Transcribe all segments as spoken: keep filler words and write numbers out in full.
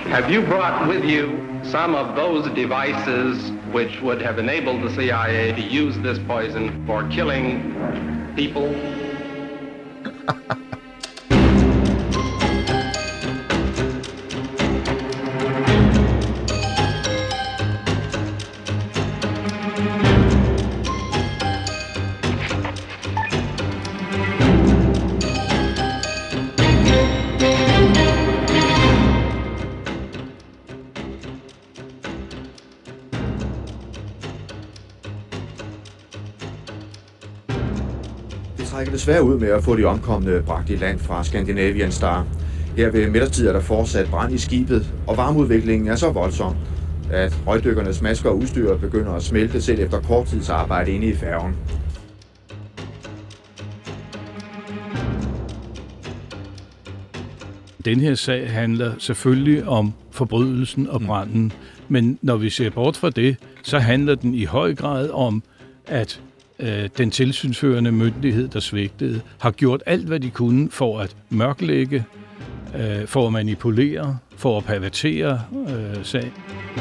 Have you brought with you some of those devices which would have enabled the C I A to use this poison for killing people? Det trækker desværre ud med at få de omkomne bragt i land fra Scandinavian Star. Her ved middagstid er der fortsat brand i skibet, og varmeudviklingen er så voldsom, at røgdykkernes masker og udstyr begynder at smelte selv efter kort tids arbejde inde i færgen. Den her sag handler selvfølgelig om forbrydelsen og branden, mm. men når vi ser bort fra det, så handler den i høj grad om, at øh, den tilsynsførende myndighed, der svigtede, har gjort alt, hvad de kunne for at mørklægge, øh, for at manipulere, for at pervertere øh, sagen.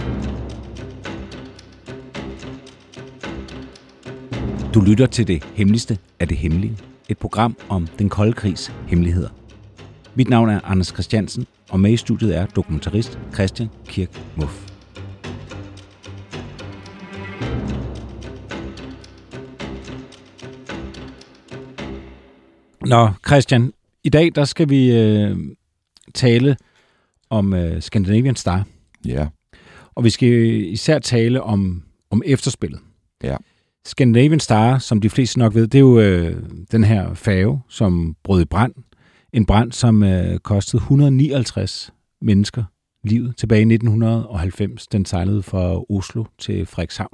Du lytter til det hemmeligste af det hemmelige. Et program om den kolde krigs hemmeligheder. Mit navn er Anders Christiansen, og med i studiet er dokumentarist Christian Kirk Muff. Nå, Christian, i dag der skal vi øh, tale om øh, Scandinavian Star. Ja. Og vi skal især tale om, om efterspillet. Ja. Scandinavian Star, som de fleste nok ved, det er jo øh, den her færge, som brød i brand. En brand, som øh, kostede et hundrede og nioghalvtreds mennesker livet tilbage i nitten halvfems. Den sejlede fra Oslo til Frederikshavn.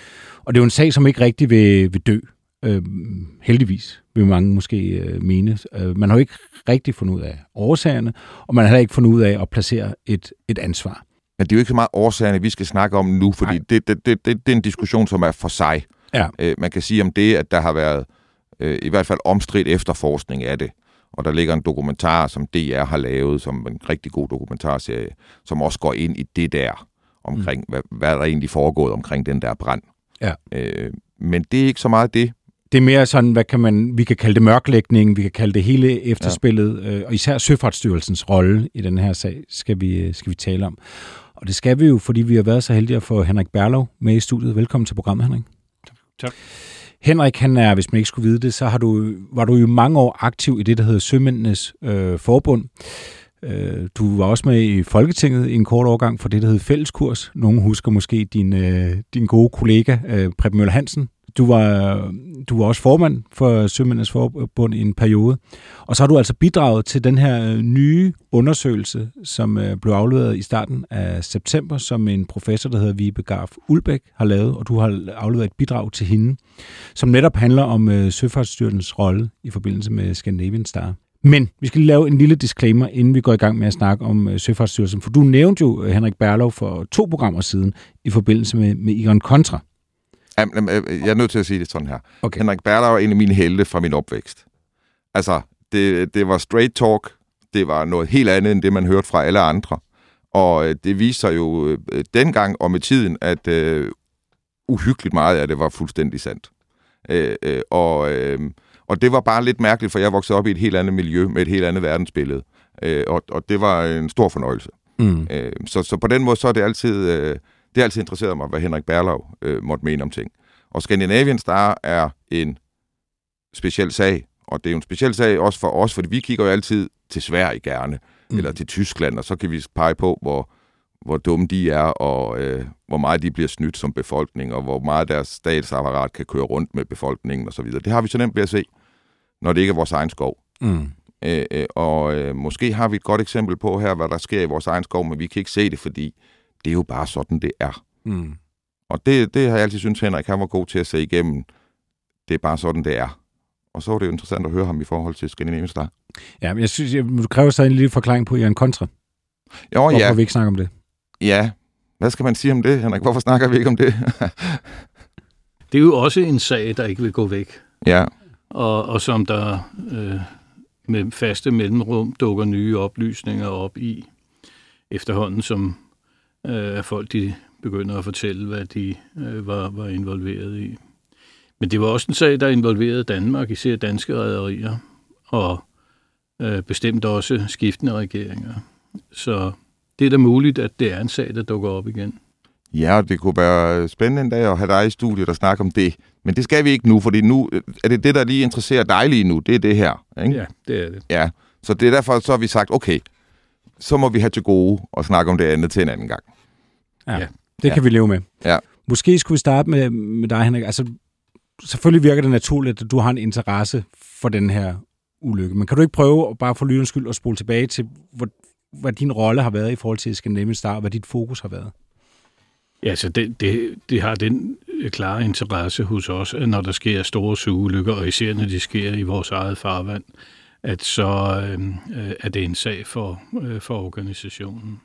Og det er jo en sag, som ikke rigtig vil, vil dø. Øh, heldigvis, vil mange måske øh, mene. Øh, man har jo ikke rigtig fundet ud af årsagerne, og man har heller ikke fundet ud af at placere et, et ansvar. Men det er jo ikke så meget årsagerne, vi skal snakke om nu, fordi det, det, det, det, det er en diskussion, som er for sig. Ja. Øh, man kan sige om det, at der har været øh, i hvert fald omstridt efterforskning af det. Og der ligger en dokumentar, som D R har lavet, som en rigtig god dokumentarserie, som også går ind i det der, omkring mm. hvad, hvad der egentlig foregået omkring den der brand. Ja. Øh, men det er ikke så meget det. Det er mere sådan, hvad kan man, vi kan kalde det mørklægning, vi kan kalde det hele efterspillet, ja. øh, og især Søfartsstyrelsens rolle i den her sag skal vi, skal vi tale om. Og det skal vi jo, fordi vi har været så heldige at få Henrik Berlov med i studiet. Velkommen til programmet, Henrik. Tak. Henrik, han er, hvis man ikke skulle vide det, så har du, var du jo mange år aktiv i det, der hedder Sømændenes øh, Forbund. Øh, du var også med i Folketinget i en kort overgang for det, der hedder Fælleskurs. Nogle husker måske din, øh, din gode kollega, øh, Preben Møller Hansen. Du var, du var også formand for Sømændenes Forbund i en periode. Og så har du altså bidraget til den her nye undersøgelse, som øh, blev afleveret i starten af september, som en professor, der hedder Vibe Garf Ulbæk, har lavet, og du har afleveret et bidrag til hende, som netop handler om øh, Søfartsstyrelsens rolle i forbindelse med Scandinavian Star. Men vi skal lige lave en lille disclaimer, inden vi går i gang med at snakke om øh, Søfartsstyrelsen, for du nævnte jo øh, Henrik Berlov for to programmer siden i forbindelse med, med Egon Contra. Jeg er nødt til at sige det sådan her. Okay. Henrik Berlov er en af mine helte fra min opvækst. Altså, det, det var straight talk. Det var noget helt andet, end det, man hørte fra alle andre. Og det viste sig jo øh, dengang og med tiden, at øh, uhyggeligt meget af det var fuldstændig sandt. Øh, øh, og, øh, og det var bare lidt mærkeligt, for jeg voksede op i et helt andet miljø med et helt andet verdensbillede. Øh, og, og det var en stor fornøjelse. Mm. Øh, så, så på den måde, så er det altid... Øh, Det har altid interesseret mig, hvad Henrik Berlov øh, måtte mene om ting. Og Scandinavian Star er en speciel sag, og det er jo en speciel sag også for os, fordi vi kigger jo altid til Sverige gerne, mm. eller til Tyskland, og så kan vi pege på, hvor, hvor dumme de er, og øh, hvor meget de bliver snydt som befolkning, og hvor meget deres statsapparat kan køre rundt med befolkningen osv. Det har vi så nemt ved at se, når det ikke er vores egen skov. Mm. Øh, øh, og øh, måske har vi et godt eksempel på her, hvad der sker i vores egen skov, men vi kan ikke se det, fordi det er jo bare sådan, det er. Mm. Og det, det har jeg altid syntes, Henrik, han var god til at se igennem. Det er bare sådan, det er. Og så var det jo interessant at høre ham i forhold til Scandinavian Star. Ja, men jeg synes, jeg, du kræver så en lille forklaring på Egon Contra. Jo, Hvorfor ja. vi ikke snakke om det? Ja. Hvad skal man sige om det, Henrik? Hvorfor snakker vi ikke om det? Det er jo også en sag, der ikke vil gå væk. Ja. Og, og som der øh, med faste mellemrum dukker nye oplysninger op i. efterhånden, som øh, folk de begynder at fortælle, hvad de øh, var, var involveret i. Men det var også en sag, der involverede Danmark, især danske rederier, og øh, bestemt også skiftende regeringer. Så det er da muligt, at det er en sag, der dukker op igen. Ja, det kunne være spændende en dag at have dig i studiet og snakke om det. Men det skal vi ikke nu, fordi nu er det det, der lige interesserer dig lige nu. Det er det her, ikke? Ja, det er det. Ja, så det er derfor, så har vi sagt, okay, så må vi have til gode og snakke om det andet til en anden gang. Ja, ja. Det kan ja. vi leve med. Ja. Måske skulle vi starte med, med dig, Henrik. Altså, selvfølgelig virker det naturligt, at du har en interesse for den her ulykke. Men kan du ikke prøve, bare for lyttens skyld, at spole tilbage til, hvor, hvad din rolle har været i forhold til Scandinavian Star, og hvad dit fokus har været? Ja, så det, det, det har den klare interesse hos os, at når der sker store søulykker, og især når de sker i vores eget farvand, at så øh, er det en sag for, øh, for organisationen.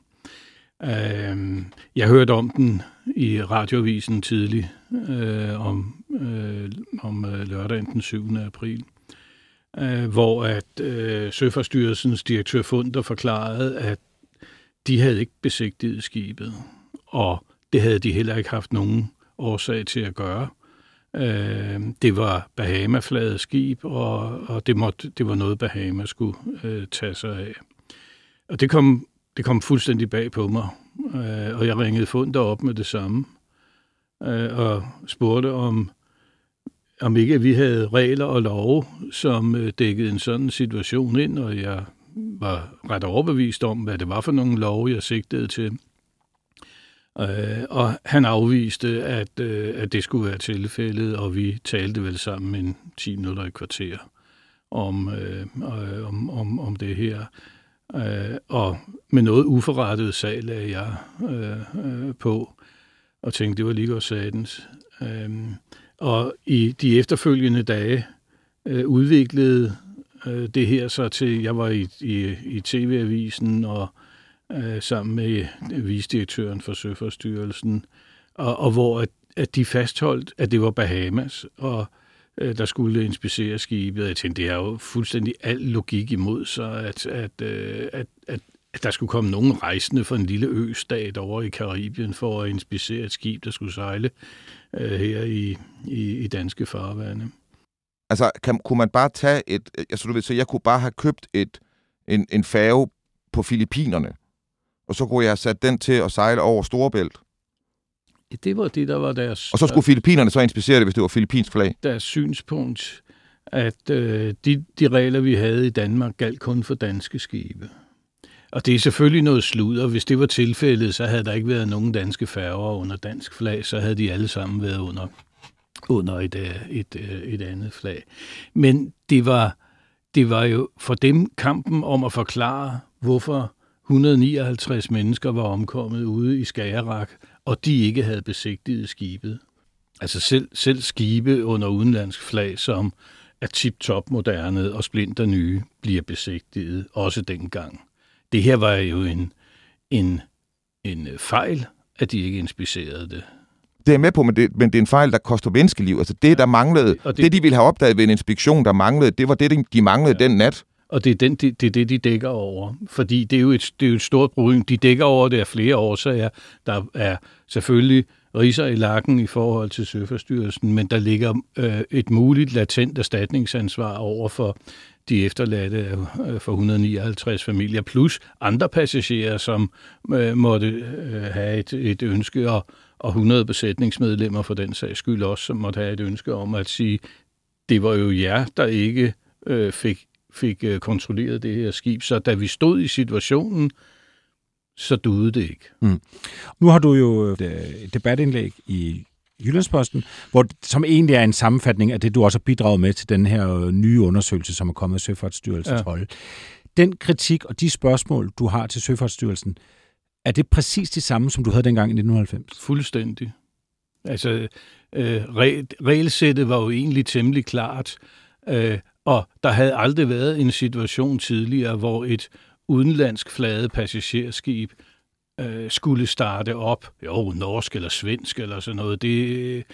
Øh, jeg hørte om den i radioavisen tidlig, øh, om, øh, om lørdagen den syvende april, øh, hvor at øh, Søfartsstyrelsens direktør Funder forklarede, at de havde ikke besigtiget skibet, og det havde de heller ikke haft nogen årsag til at gøre. Øh, det var Bahama-flaget skib, og, og det, måtte, det var noget, Bahama skulle øh, tage sig af. Og det kom, det kom fuldstændig bag på mig, øh, og jeg ringede Funder op med det samme, øh, og spurgte om, om ikke vi havde regler og love, som øh, dækkede en sådan situation ind, og jeg var ret overbevist om, hvad det var for nogle love, jeg sigtede til. Øh, og han afviste, at, øh, at det skulle være tilfældet, og vi talte vel sammen en ti minutter i kvarter om, øh, om, om, om det her. Øh, og med noget uforrettet sag lagde jeg øh, øh, på, og tænkte, det var lige godt satans. Øh, og i de efterfølgende dage øh, udviklede øh, det her så til, jeg var i, i, i T V-avisen og sammen med vicedirektøren for Søfartsstyrelsen, og, og hvor at, at de fastholdt, at det var Bahamas, og øh, der skulle inspicere skibet. Jeg tænkte, det er jo fuldstændig al logik imod sig, at, at, øh, at, at, at der skulle komme nogen rejsende fra en lille østat over i Karibien for at inspicere et skib, der skulle sejle øh, her i, i, i danske farvande. Altså, kan, kunne man bare tage et... Altså, du ved, så jeg kunne bare have købt et, en, en færge på Filippinerne, og så kunne jeg have sat den til at sejle over Storebælt. Det var det, der var deres... Og så skulle Filippinerne så inspicere det, hvis det var filippinsk flag? Deres synspunkt, at øh, de, de regler, vi havde i Danmark, galt kun for danske skibe. Og det er selvfølgelig noget sludder. Hvis det var tilfældet, så havde der ikke været nogen danske færger under dansk flag, så havde de alle sammen været under, under et, et, et, et andet flag. Men det var, det var jo for dem kampen om at forklare, hvorfor et hundrede og nioghalvtreds mennesker var omkommet ude i Skagerrak, og de ikke havde besigtiget skibet. Altså selv, selv skibe under udenlandsk flag, som er tip-top moderne og splinter nye, bliver besigtiget, også dengang. Det her var jo en, en, en fejl, at de ikke inspicerede det. Det er jeg med på, men det, men det er en fejl, der koster menneskeliv. Altså det, der manglede, det, det de ville have opdaget ved en inspektion, der manglede, det var det, de manglede ja. den nat. Og det er, den, det, det er det, de dækker over. Fordi det er jo et, det er jo et stort problem. De dækker over det af flere årsager. Der er selvfølgelig ridser i lakken i forhold til Søfartsstyrelsen, men der ligger øh, et muligt latent erstatningsansvar over for de efterladte øh, for et hundrede og nioghalvtreds familier, plus andre passagerer, som øh, måtte øh, have et, et ønske, og, og hundrede besætningsmedlemmer for den sags skyld også, som måtte have et ønske om at sige, det var jo jer, der ikke øh, fik fik kontrolleret det her skib, så da vi stod i situationen, så duede det ikke. Mm. Nu har du jo et debatindlæg i Jyllandsposten, hvor, som egentlig er en sammenfatning af det, du også har bidraget med til den her nye undersøgelse, som er kommet af Søfartsstyrelsens ja. rolle. Den kritik og de spørgsmål, du har til Søfartsstyrelsen, er det præcis det samme, som du havde dengang i nitten halvfems? Fuldstændig. Altså, øh, regelsættet var jo egentlig temmelig klart, øh, og der havde aldrig været en situation tidligere, hvor et udenlandsk flaget passagerskib øh, skulle starte op, jo, norsk eller svensk eller sådan noget, det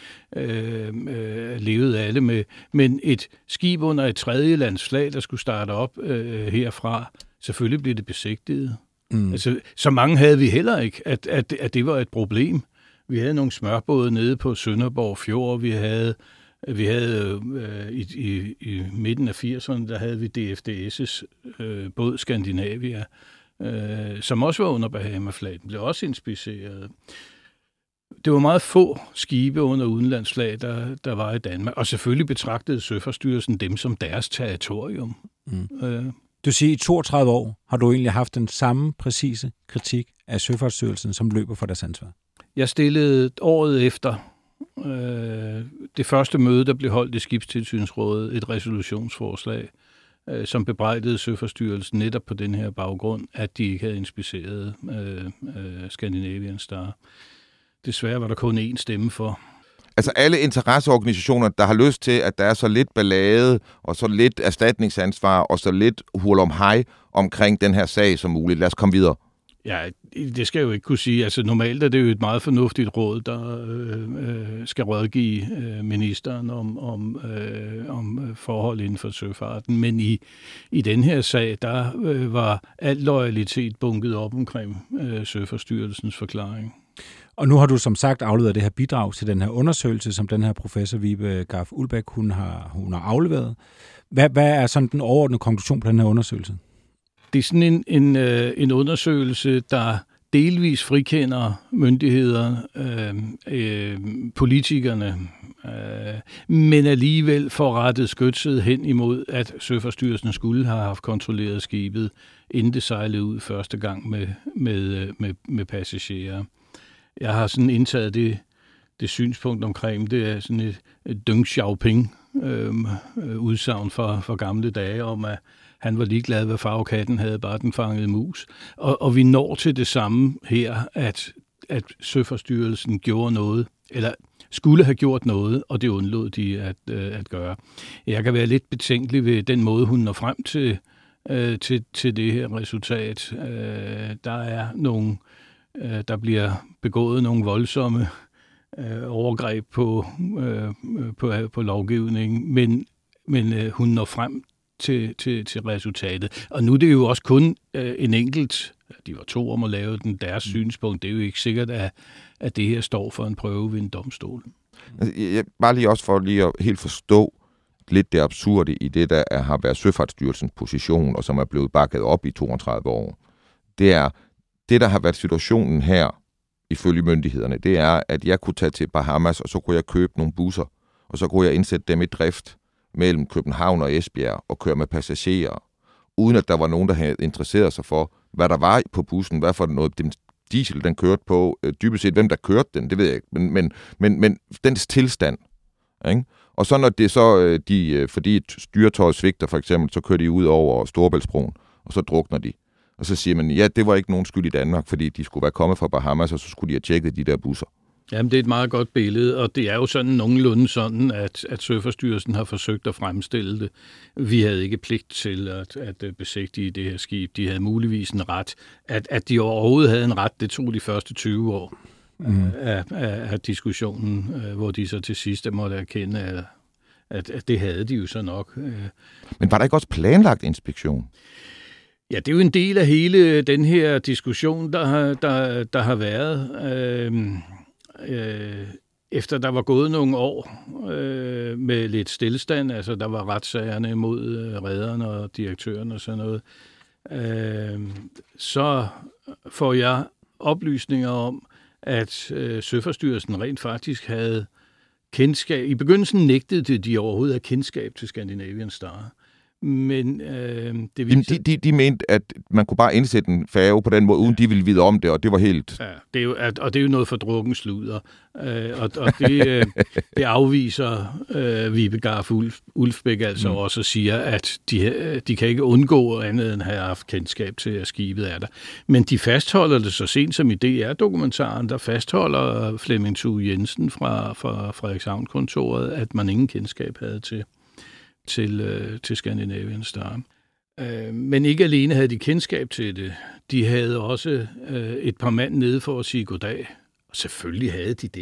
øh, øh, levede alle med. Men et skib under et tredje lands flag, der skulle starte op øh, herfra, selvfølgelig blev det besigtiget. Mm. Altså, så mange havde vi heller ikke, at, at, at det var et problem. Vi havde nogle smørbåde nede på Sønderborg Fjord, vi havde, vi havde øh, i, i, i midten af firserne, der havde vi D F D S' øh, båd Scandinavia, øh, som også var under Bahama-flag. Den blev også inspiceret. Det var meget få skibe under udenlandsflag, der, der var i Danmark, og selvfølgelig betragtede Søfartsstyrelsen dem som deres territorium. Mm. Øh. Du siger, at i toogtredive år har du egentlig haft den samme præcise kritik af Søfartsstyrelsen, som løber for deres ansvar. Jeg stillede året efter øh, det første møde, der blev holdt i Skibstilsynsrådet, et resolutionsforslag, øh, som bebrejdede Søfartsstyrelsen netop på den her baggrund, at de ikke havde inspiceret øh, øh, Scandinavian Star. Desværre var der kun én stemme for. Altså alle interesseorganisationer, der har lyst til, at der er så lidt ballade, og så lidt erstatningsansvar, og så lidt hurlumhej omkring den her sag som muligt. Lad os komme videre. Ja, det skal jeg jo ikke kunne sige. Altså normalt er det jo et meget fornuftigt råd, der øh, skal rådgive øh, ministeren om, om, øh, om forhold inden for søfarten. Men i, i den her sag, der øh, var al loyalitet bunket op omkring øh, Søfartsstyrelsens forklaring. Og nu har du som sagt afleveret det her bidrag til den her undersøgelse, som den her professor Vibe Garff Ullbæk, hun har, hun har afleveret. Hvad, hvad er sådan den overordnede konklusion på den her undersøgelse? Det er sådan en, en, en undersøgelse, der delvis frikender myndigheder, øh, øh, politikerne, øh, men alligevel får rettet skytset hen imod, at Søfartsstyrelsen skulle have haft kontrolleret skibet, inden det sejlede ud første gang med, med, med, med passagerer. Jeg har sådan indtaget det, det synspunkt omkring, det er sådan et, et Deng Xiaoping øh, udsagn fra, fra gamle dage om, at han var ligeglad, hvad farve katten havde, bare den fangede mus. Og, og vi når til det samme her, at, at Søfartsstyrelsen gjorde noget, eller skulle have gjort noget, og det undlod de at, øh, at gøre. Jeg kan være lidt betænkelig ved den måde, hun når frem til, øh, til, til det her resultat. Øh, der er nogle, øh, der bliver begået nogle voldsomme øh, overgreb på, øh, på, på lovgivningen, men, men øh, hun når frem Til, til, til resultatet. Og nu er det jo også kun øh, en enkelt, de var to om at lave den, deres mm. synspunkt. Det er jo ikke sikkert, at, at det her står for en prøve ved en domstol. Altså, jeg, bare lige også for lige at helt forstå lidt det absurde i det, der er, har været Søfartsstyrelsens position, og som er blevet bakket op i toogtredive år. Det er, det der har været situationen her, ifølge myndighederne, det er, at jeg kunne tage til Bahamas, og så kunne jeg købe nogle busser, og så kunne jeg indsætte dem i drift mellem København og Esbjerg og køre med passagerer, uden at der var nogen, der havde interesseret sig for, hvad der var på bussen, hvad for noget den diesel, den kørte på, dybest set, hvem der kørte den, det ved jeg ikke, men, men, men, men dens tilstand. Ikke? Og så når det så, de, fordi et styretøj svigter for eksempel, så kører de ud over Storebæltsbroen, og så drukner de. Og så siger man, ja, det var ikke nogen skyld i Danmark, fordi de skulle være kommet fra Bahamas, og så skulle de have tjekket de der busser. Jamen, det er et meget godt billede, og det er jo sådan nogenlunde sådan, at, at Søfartsstyrelsen har forsøgt at fremstille det. Vi havde ikke pligt til at, at besigtige det her skib. De havde muligvis en ret. At, at de overhovedet havde en ret, det tog de første tyve år mm. af, af, af diskussionen, hvor de så til sidst måtte erkende, at, at, at det havde de jo så nok. Men var der ikke også planlagt inspektion? Ja, det er jo en del af hele den her diskussion, der har, der, der har været. Øh, Efter der var gået nogle år øh, med lidt stillestand, altså der var retssagerne imod øh, rederne og direktøren og sådan noget, øh, så får jeg oplysninger om, at øh, Søfartsstyrelsen rent faktisk havde kendskab. I begyndelsen nægtede det, de overhovedet havde kendskab til Scandinavian Star. Men øh, det viser... de, de, de mente, at man kunne bare indsætte en færge på den måde, uden ja. de ville vide om det, og det var helt... Ja, det er jo, og det er jo noget fordrukken sludder. Øh, og og det, øh, det afviser øh, Vibe Garff Ullbæk altså mm. også og siger, at de, de kan ikke undgå andet end at have haft kendskab til, at skibet er der. Men de fastholder det så sent som i D R-dokumentaren, der fastholder Flemming Thue Jensen fra, fra Frederikshavn-kontoret, at man ingen kendskab havde til. Til, øh, til Scandinavian Star. Øh, men ikke alene havde de kendskab til det. De havde også øh, et par mand nede for at sige goddag. Og selvfølgelig havde de det.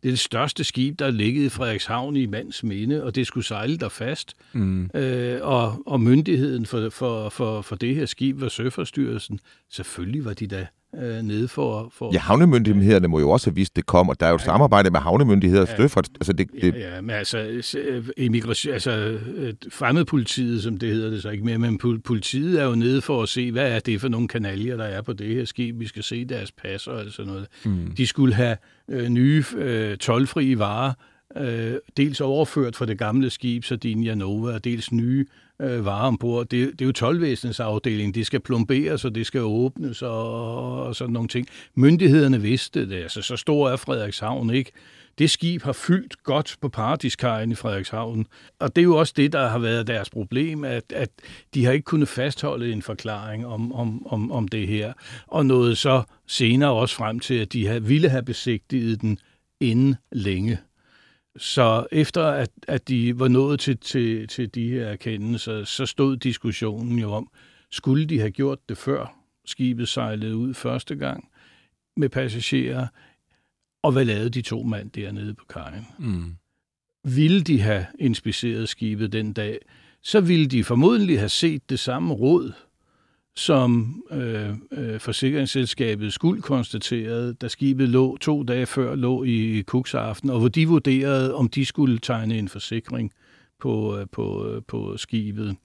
det er det største skib, der er ligget i Frederikshavn i mands minde, og det skulle sejle der fast. Mm. Øh, og, og myndigheden for, for, for, for det her skib var Søfartsstyrelsen. Selvfølgelig var de da øh, nede for... for ja, havnemyndighederne må jo også have vist, det kom, og der er jo et ja. samarbejde med havnemyndigheder og ja. Søfart. Altså det, det... Ja, ja, men altså, immigration, altså fremmedpolitiet, som det hedder det så ikke mere, men politiet er jo nede for at se, hvad er det for nogle kanaljer, der er på det her skib. Vi skal se deres passer og sådan noget. Mm. De skulle have øh, nye øh, toldfrie varer, øh, dels overført fra det gamle skib, Sardinia Nova, og dels nye øh, varer ombord. Det, det er jo toldvæsenets afdeling. Det skal plomberes, og det skal åbnes, og, og sådan nogle ting. Myndighederne vidste det. Altså, så stor er Frederikshavn, ikke? Det skib har fyldt godt på Paradiskajen i Frederikshavn, og det er jo også det, der har været deres problem, at, at de har ikke kunnet fastholde en forklaring om, om, om, om det her, og nåede så senere også frem til, at de have, ville have besigtiget den inden længe. Så efter at, at de var nået til, til, til de her erkendelser, så stod diskussionen jo om, skulle de have gjort det før skibet sejlede ud første gang med passagerer, og hvad lavede de to mand dernede på kajen? Mm. Ville de have inspiceret skibet den dag, så ville de formodentlig have set det samme råd, som øh, øh, forsikringsselskabet skulle konstaterede, da skibet lå to dage før lå i Cuxhaven, og hvor de vurderede, om de skulle tegne en forsikring på, øh, på, øh, på skibet.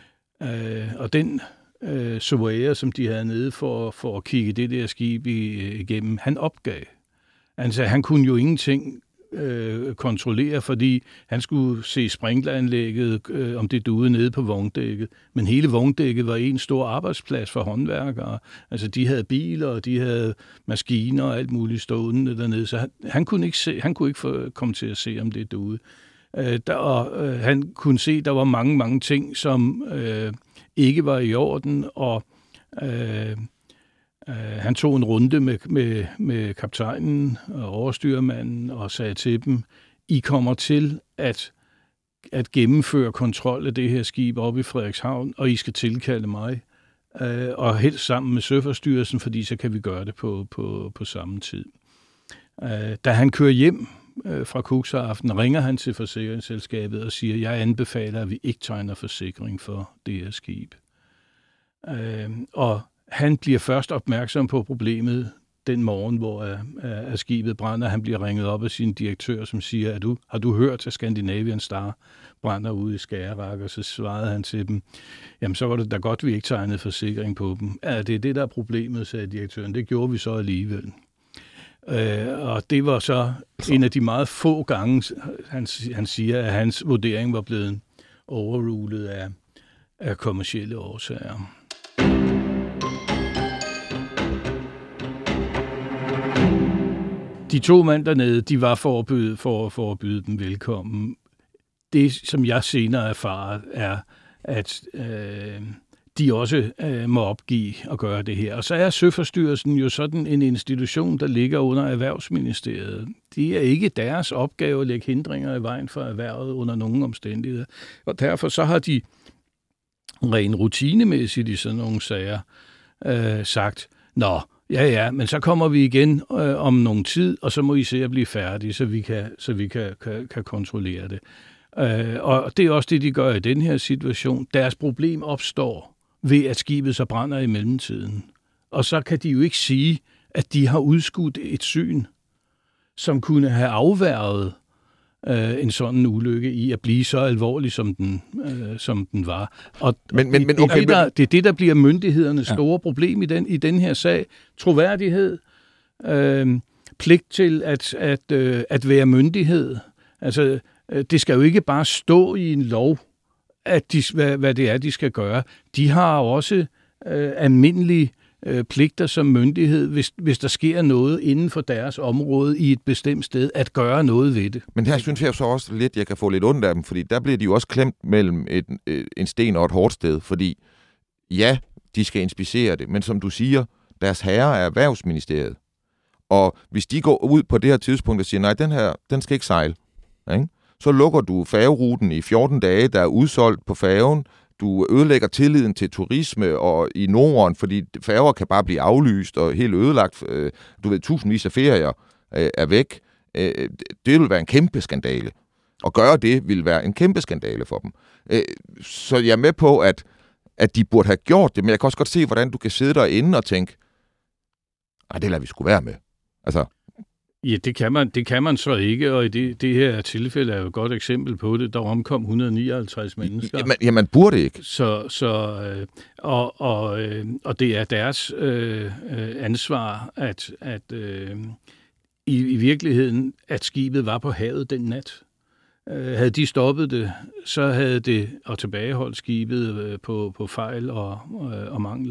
Øh, og den øh, surveyor, som de havde nede for, for at kigge det der skib igennem, han opgav. Altså, han kunne jo ingenting øh, kontrollere, fordi han skulle se sprinkleranlægget, øh, om det duede nede på vogndækket. Men hele vogndækket var en stor arbejdsplads for håndværkere. Altså, de havde biler, og de havde maskiner og alt muligt stående dernede. Så han, han kunne ikke se, han kunne ikke få, komme til at se, om det duede. Øh, der, og øh, han kunne se, der var mange, mange ting, som øh, ikke var i orden, og... Øh, Uh, han tog en runde med, med, med kaptajnen og overstyrmanden og sagde til dem, I kommer til at, at gennemføre kontrol af det her skib oppe i Frederikshavn, og I skal tilkalde mig, uh, og helst sammen med Søfartsstyrelsen, fordi så kan vi gøre det på, på, på samme tid. Uh, da han kører hjem uh, fra Cuxhaven, ringer han til forsikringsselskabet og siger, jeg anbefaler, at vi ikke tegner forsikring for det her skib. Uh, og Han bliver først opmærksom på problemet den morgen, hvor uh, uh, skibet brænder. Han bliver ringet op af sin direktør, som siger, at du, har du hørt, at Scandinavian Star brænder ude i Skagerrak? Og så svarede han til dem, jamen så var det da godt, vi ikke tegnede forsikring på dem. Ja, det er det, der er problemet, sagde direktøren. Det gjorde vi så alligevel. Uh, og det var så en af de meget få gange, han, han siger, at hans vurdering var blevet overrulet af, af kommercielle årsager. De to mænd dernede, de var for at byde, for, for at byde dem velkommen. Det, som jeg senere erfarer, er, at øh, de også øh, må opgive at gøre det her. Og så er Søfartsstyrelsen jo sådan en institution, der ligger under Erhvervsministeriet. Det er ikke deres opgave at lægge hindringer i vejen for erhvervet under nogen omstændigheder. Og derfor så har de ren rutinemæssigt i sådan nogle sager øh, sagt, nå, ja, ja, men så kommer vi igen øh, om nogen tid, og så må I se at blive færdige, så vi kan, så vi kan, kan, kan kontrollere det. Øh, og det er også det, de gør i den her situation. Deres problem opstår ved, at skibet så brænder i mellemtiden. Og så kan de jo ikke sige, at de har udskudt et syn, som kunne have afværget øh, en sådan ulykke i at blive så alvorlig, som den, øh, som den var. Og, men, men, men, okay, det, det, der, det er det, der bliver myndighedernes store ja. problem i den, i den her sag. Troværdighed, øh, pligt til at, at, øh, at være myndighed. Altså, øh, det skal jo ikke bare stå i en lov, at de, hvad, hvad det er, de skal gøre. De har også øh, almindelige øh, pligter som myndighed, hvis, hvis der sker noget inden for deres område i et bestemt sted, at gøre noget ved det. Men her synes jeg så også lidt, jeg kan få lidt ondt af dem, fordi der bliver de jo også klemt mellem et, en sten og et hårdt sted, fordi ja, de skal inspicere det, men som du siger, deres herre er Erhvervsministeriet. Og hvis de går ud på det her tidspunkt og siger, nej, den her, den skal ikke sejle, ikke? Så lukker du færgeruten i fjorten dage, der er udsolgt på færgen. Du ødelægger tilliden til turisme og i Norden, fordi færger kan bare blive aflyst og helt ødelagt. Du ved, tusindvis af ferier er væk. Øh, det vil være en kæmpe skandale. At gøre det vil være en kæmpe skandale for dem. Øh, så jeg er med på, at, at de burde have gjort det, men jeg kan også godt se, hvordan du kan sidde derinde og tænke, nej, det lader vi sgu være med. Altså... Ja, det kan man, det kan man så ikke, og i det, det her tilfælde er jo et godt eksempel på det. Der omkom et hundrede og nioghalvtreds mennesker. Jamen, ja, man burde ikke. Så, så, øh, og, og, øh, og det er deres øh, ansvar, at, at øh, i, i virkeligheden, at skibet var på havet den nat. Øh, havde de stoppet det, så havde det, og tilbageholdt skibet øh, på, på fejl og, øh, og mangler,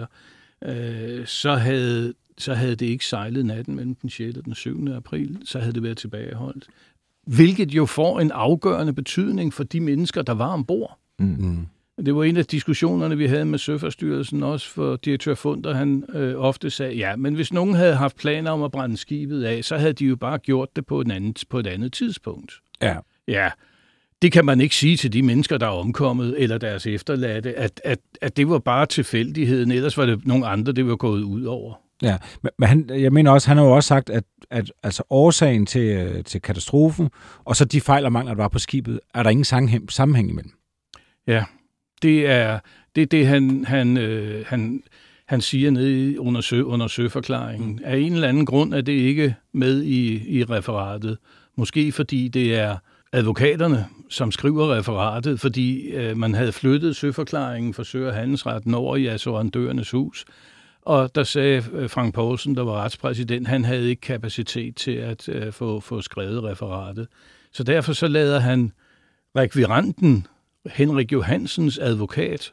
øh, så havde så havde det ikke sejlet natten mellem den sjette og den syvende april, så havde det været tilbageholdt. Hvilket jo får en afgørende betydning for de mennesker, der var ombord. Mm. Det var en af diskussionerne, vi havde med Søfartsstyrelsen, også for direktør Funder, han øh, ofte sagde, ja, men hvis nogen havde haft planer om at brænde skibet af, så havde de jo bare gjort det på, en anden, på et andet tidspunkt. Ja. Ja. Det kan man ikke sige til de mennesker, der er omkommet, eller deres efterladte, at, at, at det var bare tilfældigheden, ellers var det nogle andre, det var gået ud over. Ja, men han, jeg mener også, han har jo også sagt, at, at altså årsagen til, til katastrofen, og så de fejl og mangler, der var på skibet, er der ingen sammenhæng, sammenhæng imellem. Ja, det er det, det han, han, øh, han, han siger nede under, sø, under søforklaringen. Mm. Af en eller anden grund er det ikke med i, i referatet. Måske fordi det er advokaterne, som skriver referatet, fordi øh, man havde flyttet søforklaringen fra Sø- og Handelsretten over i Assurandørernes Hus. Og der sagde Frank Poulsen, der var retspræsident, han havde ikke kapacitet til at uh, få, få skrevet referatet. Så derfor så lader han rekviranten, Henrik Johansens advokat,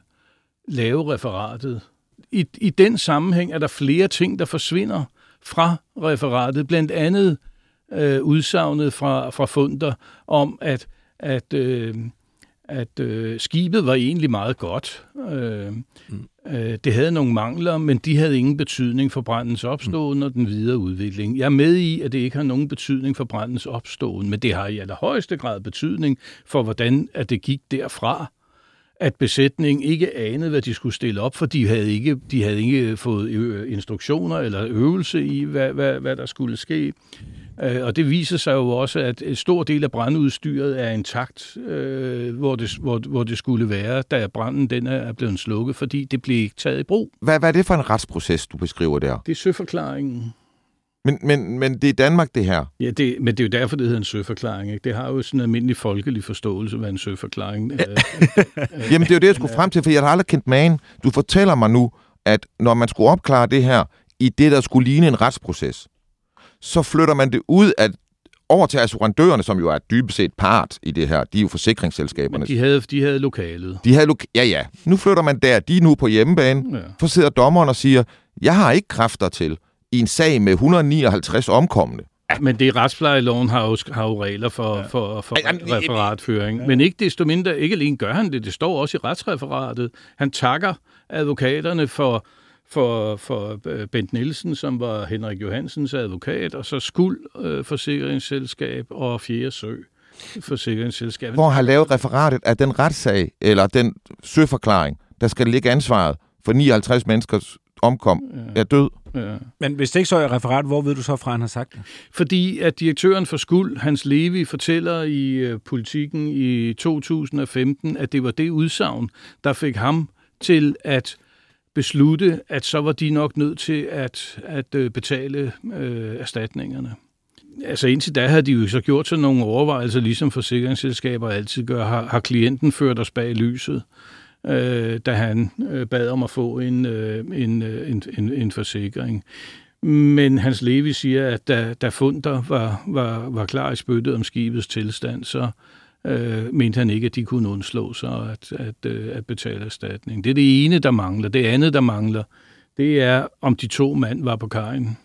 lave referatet. I, I den sammenhæng er der flere ting, der forsvinder fra referatet. Blandt andet uh, udsagnet fra, fra Funder om, at, at, uh, at uh, skibet var egentlig meget godt. Uh, mm. Det havde nogle mangler, men de havde ingen betydning for brandens opståen og den videre udvikling. Jeg er med i, at det ikke har nogen betydning for brandens opståen, men det har i allerhøjeste grad betydning for, hvordan at det gik derfra, at besætningen ikke anede, hvad de skulle stille op, for de havde ikke, de havde ikke fået instruktioner eller øvelse i, hvad, hvad, hvad der skulle ske. Og det viser sig jo også, at en stor del af brandudstyret er intakt, øh, hvor, det, hvor, hvor det skulle være, da branden den er blevet slukket, fordi det blev ikke taget i brug. Hvad, hvad er det for en retsproces, du beskriver der? Det er søforklaringen. Men, men, men det er Danmark, det her? Ja, det, men det er jo derfor, det hedder en søforklaring. Ikke? Det har jo sådan en almindelig folkelig forståelse, hvad en søforklaring er. Jamen, det er jo det, jeg skulle frem til, for jeg har aldrig kendt magen. Du fortæller mig nu, at når man skulle opklare det her i det, der skulle ligne en retsproces, så flytter man det ud af, over til assurandørerne, som jo er dybest set part i det her. De er jo forsikringsselskaberne. Men de havde, de havde lokalet. De havde loka- ja, ja. Nu flytter man der. De er nu på hjemmebane. Ja. Så sidder dommeren og siger, jeg har ikke kræfter til i en sag med et hundrede og nioghalvtreds omkomne. Ja, men det retsplejeloven har jo, har jo regler for, ja. for, for Ej, referatføring. Ja. Men ikke desto mindre, ikke alene gør han det. Det står også i retsreferatet. Han takker advokaterne for... for, for Bent Nielsen, som var Henrik Johansens advokat, og så Skuld øh, Forsikringsselskab og Fjerde Sø Forsikringsselskab. Hvor har lavet referatet af den retssag, eller den søforklaring, der skal ligge ansvaret for nioghalvtreds menneskers omkom, ja. er død. Ja. Men hvis det ikke så er referat, hvor ved du så fra, han har sagt det? Fordi at direktøren for Skuld, Hans Levi, fortæller i uh, Politikken i to tusind og femten, at det var det udsagn, der fik ham til at beslutte, at så var de nok nødt til at, at øh, betale øh, erstatningerne. Altså indtil da havde de jo så gjort sådan nogle overvejelser, ligesom forsikringsselskaber altid gør, har, har klienten ført os bag lyset, øh, da han øh, bad om at få en, øh, en, en, en, en forsikring. Men Hans Levi siger, at da, da Funder var, var, var klar i spyttet om skibets tilstand, så Øh, mente han ikke, at de kunne undslå sig at, at, at betale erstatning. Det er det ene, der mangler. Det andet, der mangler, det er, om de to mand var på kajen,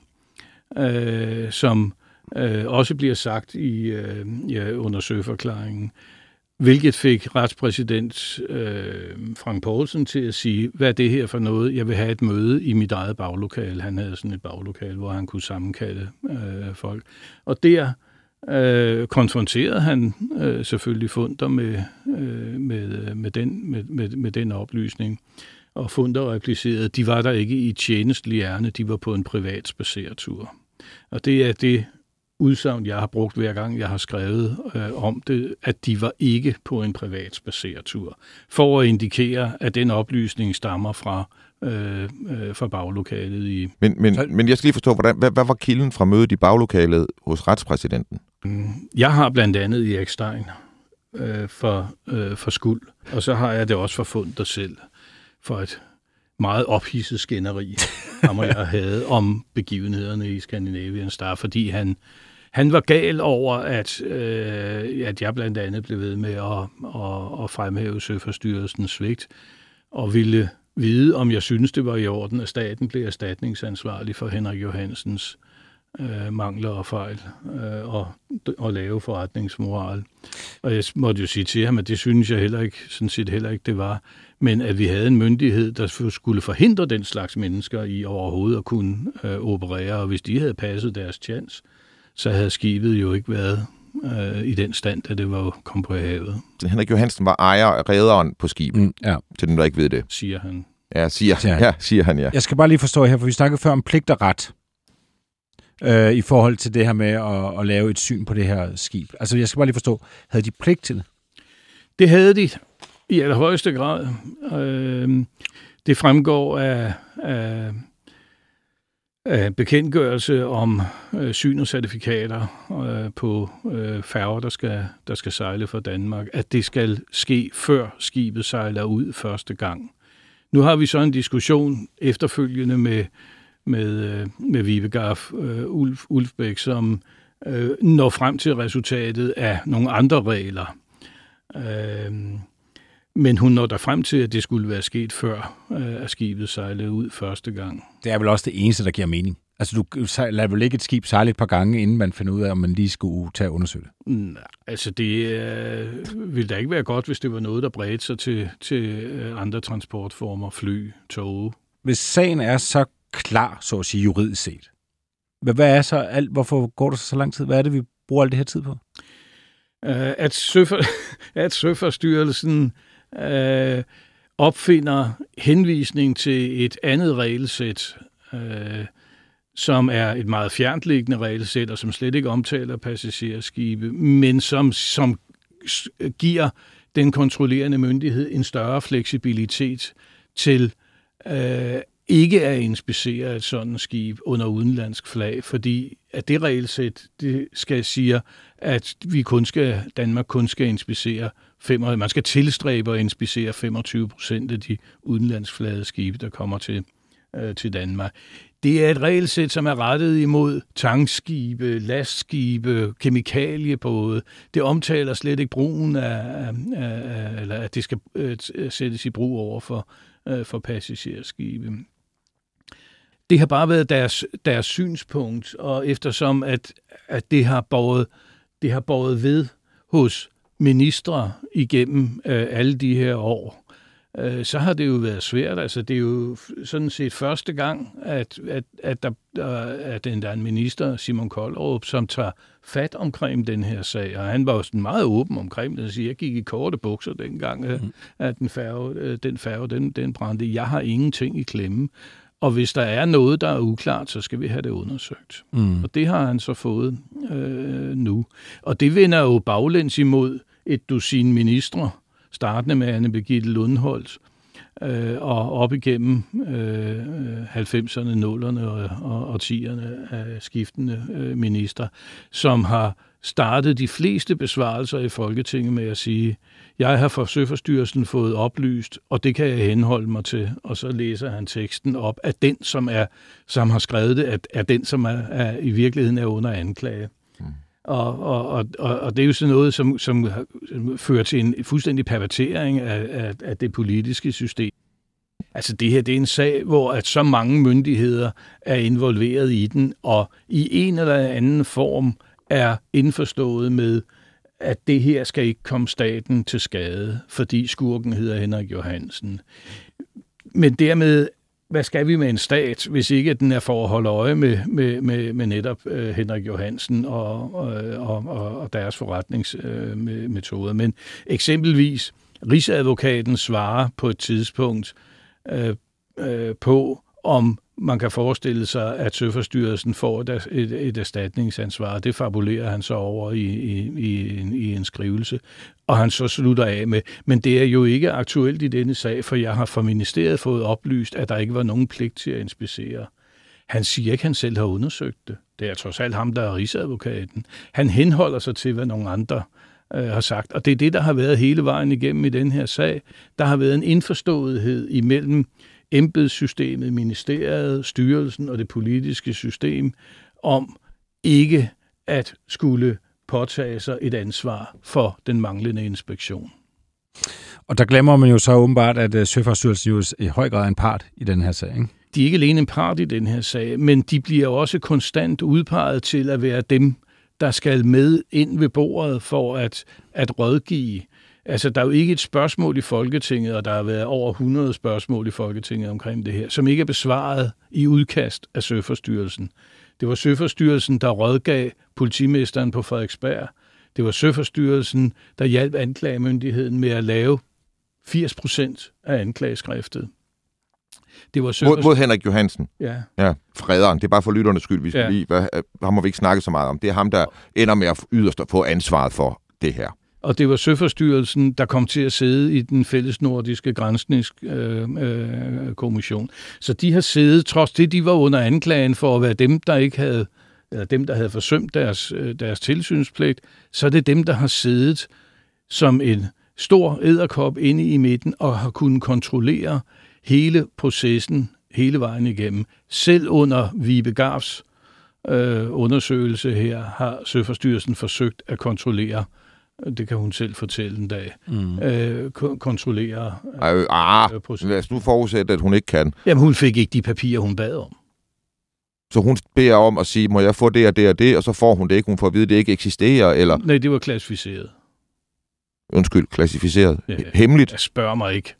øh, som øh, også bliver sagt i øh, ja, under søforklaringen, hvilket fik retspræsident øh, Frank Poulsen til at sige, hvad er det her for noget? Jeg vil have et møde i mit eget baglokale. Han havde sådan et baglokale, hvor han kunne sammenkalde øh, folk. Og der Øh, konfronterede han øh, selvfølgelig Funder med, øh, med, med, den, med, med, med den oplysning. Og Funder replicerede, de var der ikke i tjenestelig ærne, de var på en privat spacertur. Og det er det, udsagn, jeg har brugt hver gang, jeg har skrevet øh, om det, at de var ikke på en privat spadsertur, for at indikere, at den oplysning stammer fra, øh, øh, fra baglokalet i... Men, men, men jeg skal lige forstå, hvordan, hvad, hvad var kilden fra mødet i baglokalet hos retspræsidenten? Jeg har blandt andet Erik Stein øh, for, øh, for skuld, og så har jeg det også for Funder selv, for et meget ophidset skænderi, ham og jeg havde om begivenhederne i Scandinavian Star, fordi han, han var gal over, at, øh, at jeg blandt andet blev ved med at, at, at fremhæve Søfartsstyrelsens svigt, og ville vide, om jeg synes, det var i orden, at staten blev erstatningsansvarlig for Henrik Johansens øh, mangler og fejl øh, og, og lave forretningsmoral. Og jeg måtte jo sige til ham, at det synes jeg heller ikke, sådan set heller ikke, det var. Men at vi havde en myndighed, der skulle forhindre den slags mennesker i overhovedet at kunne øh, operere, og hvis de havde passet deres chance, så havde skibet jo ikke været øh, i den stand, at det var kommet på havet. Henrik Johansen var ejer af rederen på skibet, mm, ja. Til dem, der ikke ved det. Siger han. Ja, siger, ja, siger han, ja. Jeg skal bare lige forstå her, for vi snakkede før om pligt og ret, øh, i forhold til det her med at, at lave et syn på det her skib. Altså, jeg skal bare lige forstå, havde de pligt til det? Det havde de i allerhøjeste grad. Øh, det fremgår af, af, af bekendtgørelse om øh, syn og certifikater øh, på øh, færger, der skal, der skal sejle fra Danmark, at det skal ske før skibet sejler ud første gang. Nu har vi så en diskussion efterfølgende med, med, med Vibegaf øh, Ulf, Ulfbæk, som øh, når frem til resultatet af nogle andre regler. Øh, men hun når der frem til, at det skulle være sket før, øh, at skibet sejlede ud første gang. Det er vel også det eneste, der giver mening. Altså, du lader vel ikke et skib sejle et par gange, inden man finder ud af, om man lige skulle tage og undersøge det? Nej, altså det øh, ville da ikke være godt, hvis det var noget, der bredte sig til, til andre transportformer, fly, tog. Hvis sagen er så klar, så at sige juridisk set, hvad er så alt? Hvorfor går der så lang tid? Hvad er det, vi bruger al det her tid på? Uh, at, søfart, at Søfartsstyrelsen uh, opfinder henvisning til et andet regelsæt, uh, som er et meget fjerntliggende regelsæt, og som slet ikke omtaler passagerskibe, men som, som giver den kontrollerende myndighed en større fleksibilitet til øh, ikke at inspicere et sådan skib under udenlandsk flag, fordi at det regelsæt, det skal sige, at vi kun skal, Danmark kun skal inspicere, man skal tilstræbe at inspicere femogtyve procent af de udenlandsflagede skibe, der kommer til, øh, til Danmark. Det er et regelsæt, som er rettet imod tankskibe, lastskibe, kemikaliebåde. Det omtaler slet ikke brugen af, af eller at det skal øh, sættes i brug over for, øh, for passagerskibe. Det har bare været deres, deres synspunkt, og eftersom at, at det har båret, det har båret ved hos ministre igennem øh, alle de her år, øh, så har det jo været svært. Altså, det er jo sådan set første gang, at, at, at, der, at der er en minister, Simon Kollerup, som tager fat omkring den her sag, og han var jo sådan meget åben omkring det, og siger, jeg gik i korte bukser dengang, mm. at den færge, den, færge den, den brændte. Jeg har ingenting i klemme. Og hvis der er noget, der er uklart, så skal vi have det undersøgt. Mm. Og det har han så fået øh, nu. Og det vender jo baglæns imod et dusin ministre, startende med Anne Birgitte Lundholt, øh, og op igennem øh, halvfemserne, nullerne og, og, og tierne af skiftende øh, minister, som har startet de fleste besvarelser i Folketinget med at sige, jeg har fra Søfartsstyrelsen fået oplyst, og det kan jeg henholde mig til. Og så læser han teksten op, at den, som, er, som har skrevet det, at, er den, som er, er, i virkeligheden er under anklage. Mm. Og, og, og, og det er jo sådan noget, som, som fører til en fuldstændig pervertering af, af, af det politiske system. Altså det her, det er en sag, hvor at så mange myndigheder er involveret i den, og i en eller anden form er indforstået med, at det her skal ikke komme staten til skade, fordi skurken hedder Henrik Johansen. Men dermed, hvad skal vi med en stat, hvis ikke den er for at holde øje med, med, med, med netop uh, Henrik Johansen og, og, og, og deres forretningsmetoder. Uh, Men eksempelvis, Rigsadvokaten svarer på et tidspunkt uh, uh, på, om man kan forestille sig, at Søfartsstyrelsen får et, et, et erstatningsansvar. Det fabulerer han så over i, i, i, en, i en skrivelse, og han så slutter af med. Men det er jo ikke aktuelt i denne sag, for jeg har fra ministeriet fået oplyst, at der ikke var nogen pligt til at inspicere. Han siger ikke, at han selv har undersøgt det. Det er trods alt ham, der er rigsadvokaten. Han henholder sig til, hvad nogle andre øh, har sagt. Og det er det, der har været hele vejen igennem i den her sag. Der har været en indforståethed imellem embedssystemet, ministeriet, styrelsen og det politiske system om ikke at skulle påtage sig et ansvar for den manglende inspektion. Og der glemmer man jo så åbenbart, at Søfartsstyrelsen jo i høj grad er en part i den her sag, ikke? De er ikke alene en part i den her sag, men de bliver også konstant udpeget til at være dem, der skal med ind ved bordet for at, at rådgive. Altså, der er jo ikke et spørgsmål i Folketinget, og der har været over hundrede spørgsmål i Folketinget omkring det her, som ikke er besvaret i udkast af Søfartsstyrelsen. Det var Søfartsstyrelsen, der rådgav politimesteren på Frederiksberg. Det var Søfartsstyrelsen, der hjalp anklagemyndigheden med at lave firs procent af anklageskriftet. Det var mod, mod Henrik Johansen. Ja. Ja, frederen. Det er bare for lytternes skyld, vi skal ja. lige. Hvad, ham må vi ikke snakke så meget om. Det er ham, der ender med at yderst få ansvaret for det her. Og det var Søfartsstyrelsen, der kom til at sidde i den fælles nordiske granskningskommission. Øh, øh, så de har siddet, trods det, de var under anklagen for at være dem, der ikke havde, eller dem, der havde forsømt deres, deres tilsynspligt, så er det dem, der har siddet som en stor edderkop inde i midten og har kunnet kontrollere hele processen hele vejen igennem. Selv under Vibe Garfs øh, undersøgelse her har Søfartsstyrelsen forsøgt at kontrollere, det kan hun selv fortælle en dag, mm. øh, kontrollere øh, ah, processen. Lad os nu forudsætte, at hun ikke kan. Jamen, hun fik ikke de papirer, hun bad om. Så hun beder om at sige, må jeg få det og det og det, og så får hun det ikke. Hun får at vide, at det ikke eksisterer, eller... Nej, det var klassificeret. Undskyld, klassificeret. Ja, Hemmeligt. Jeg spørger mig ikke.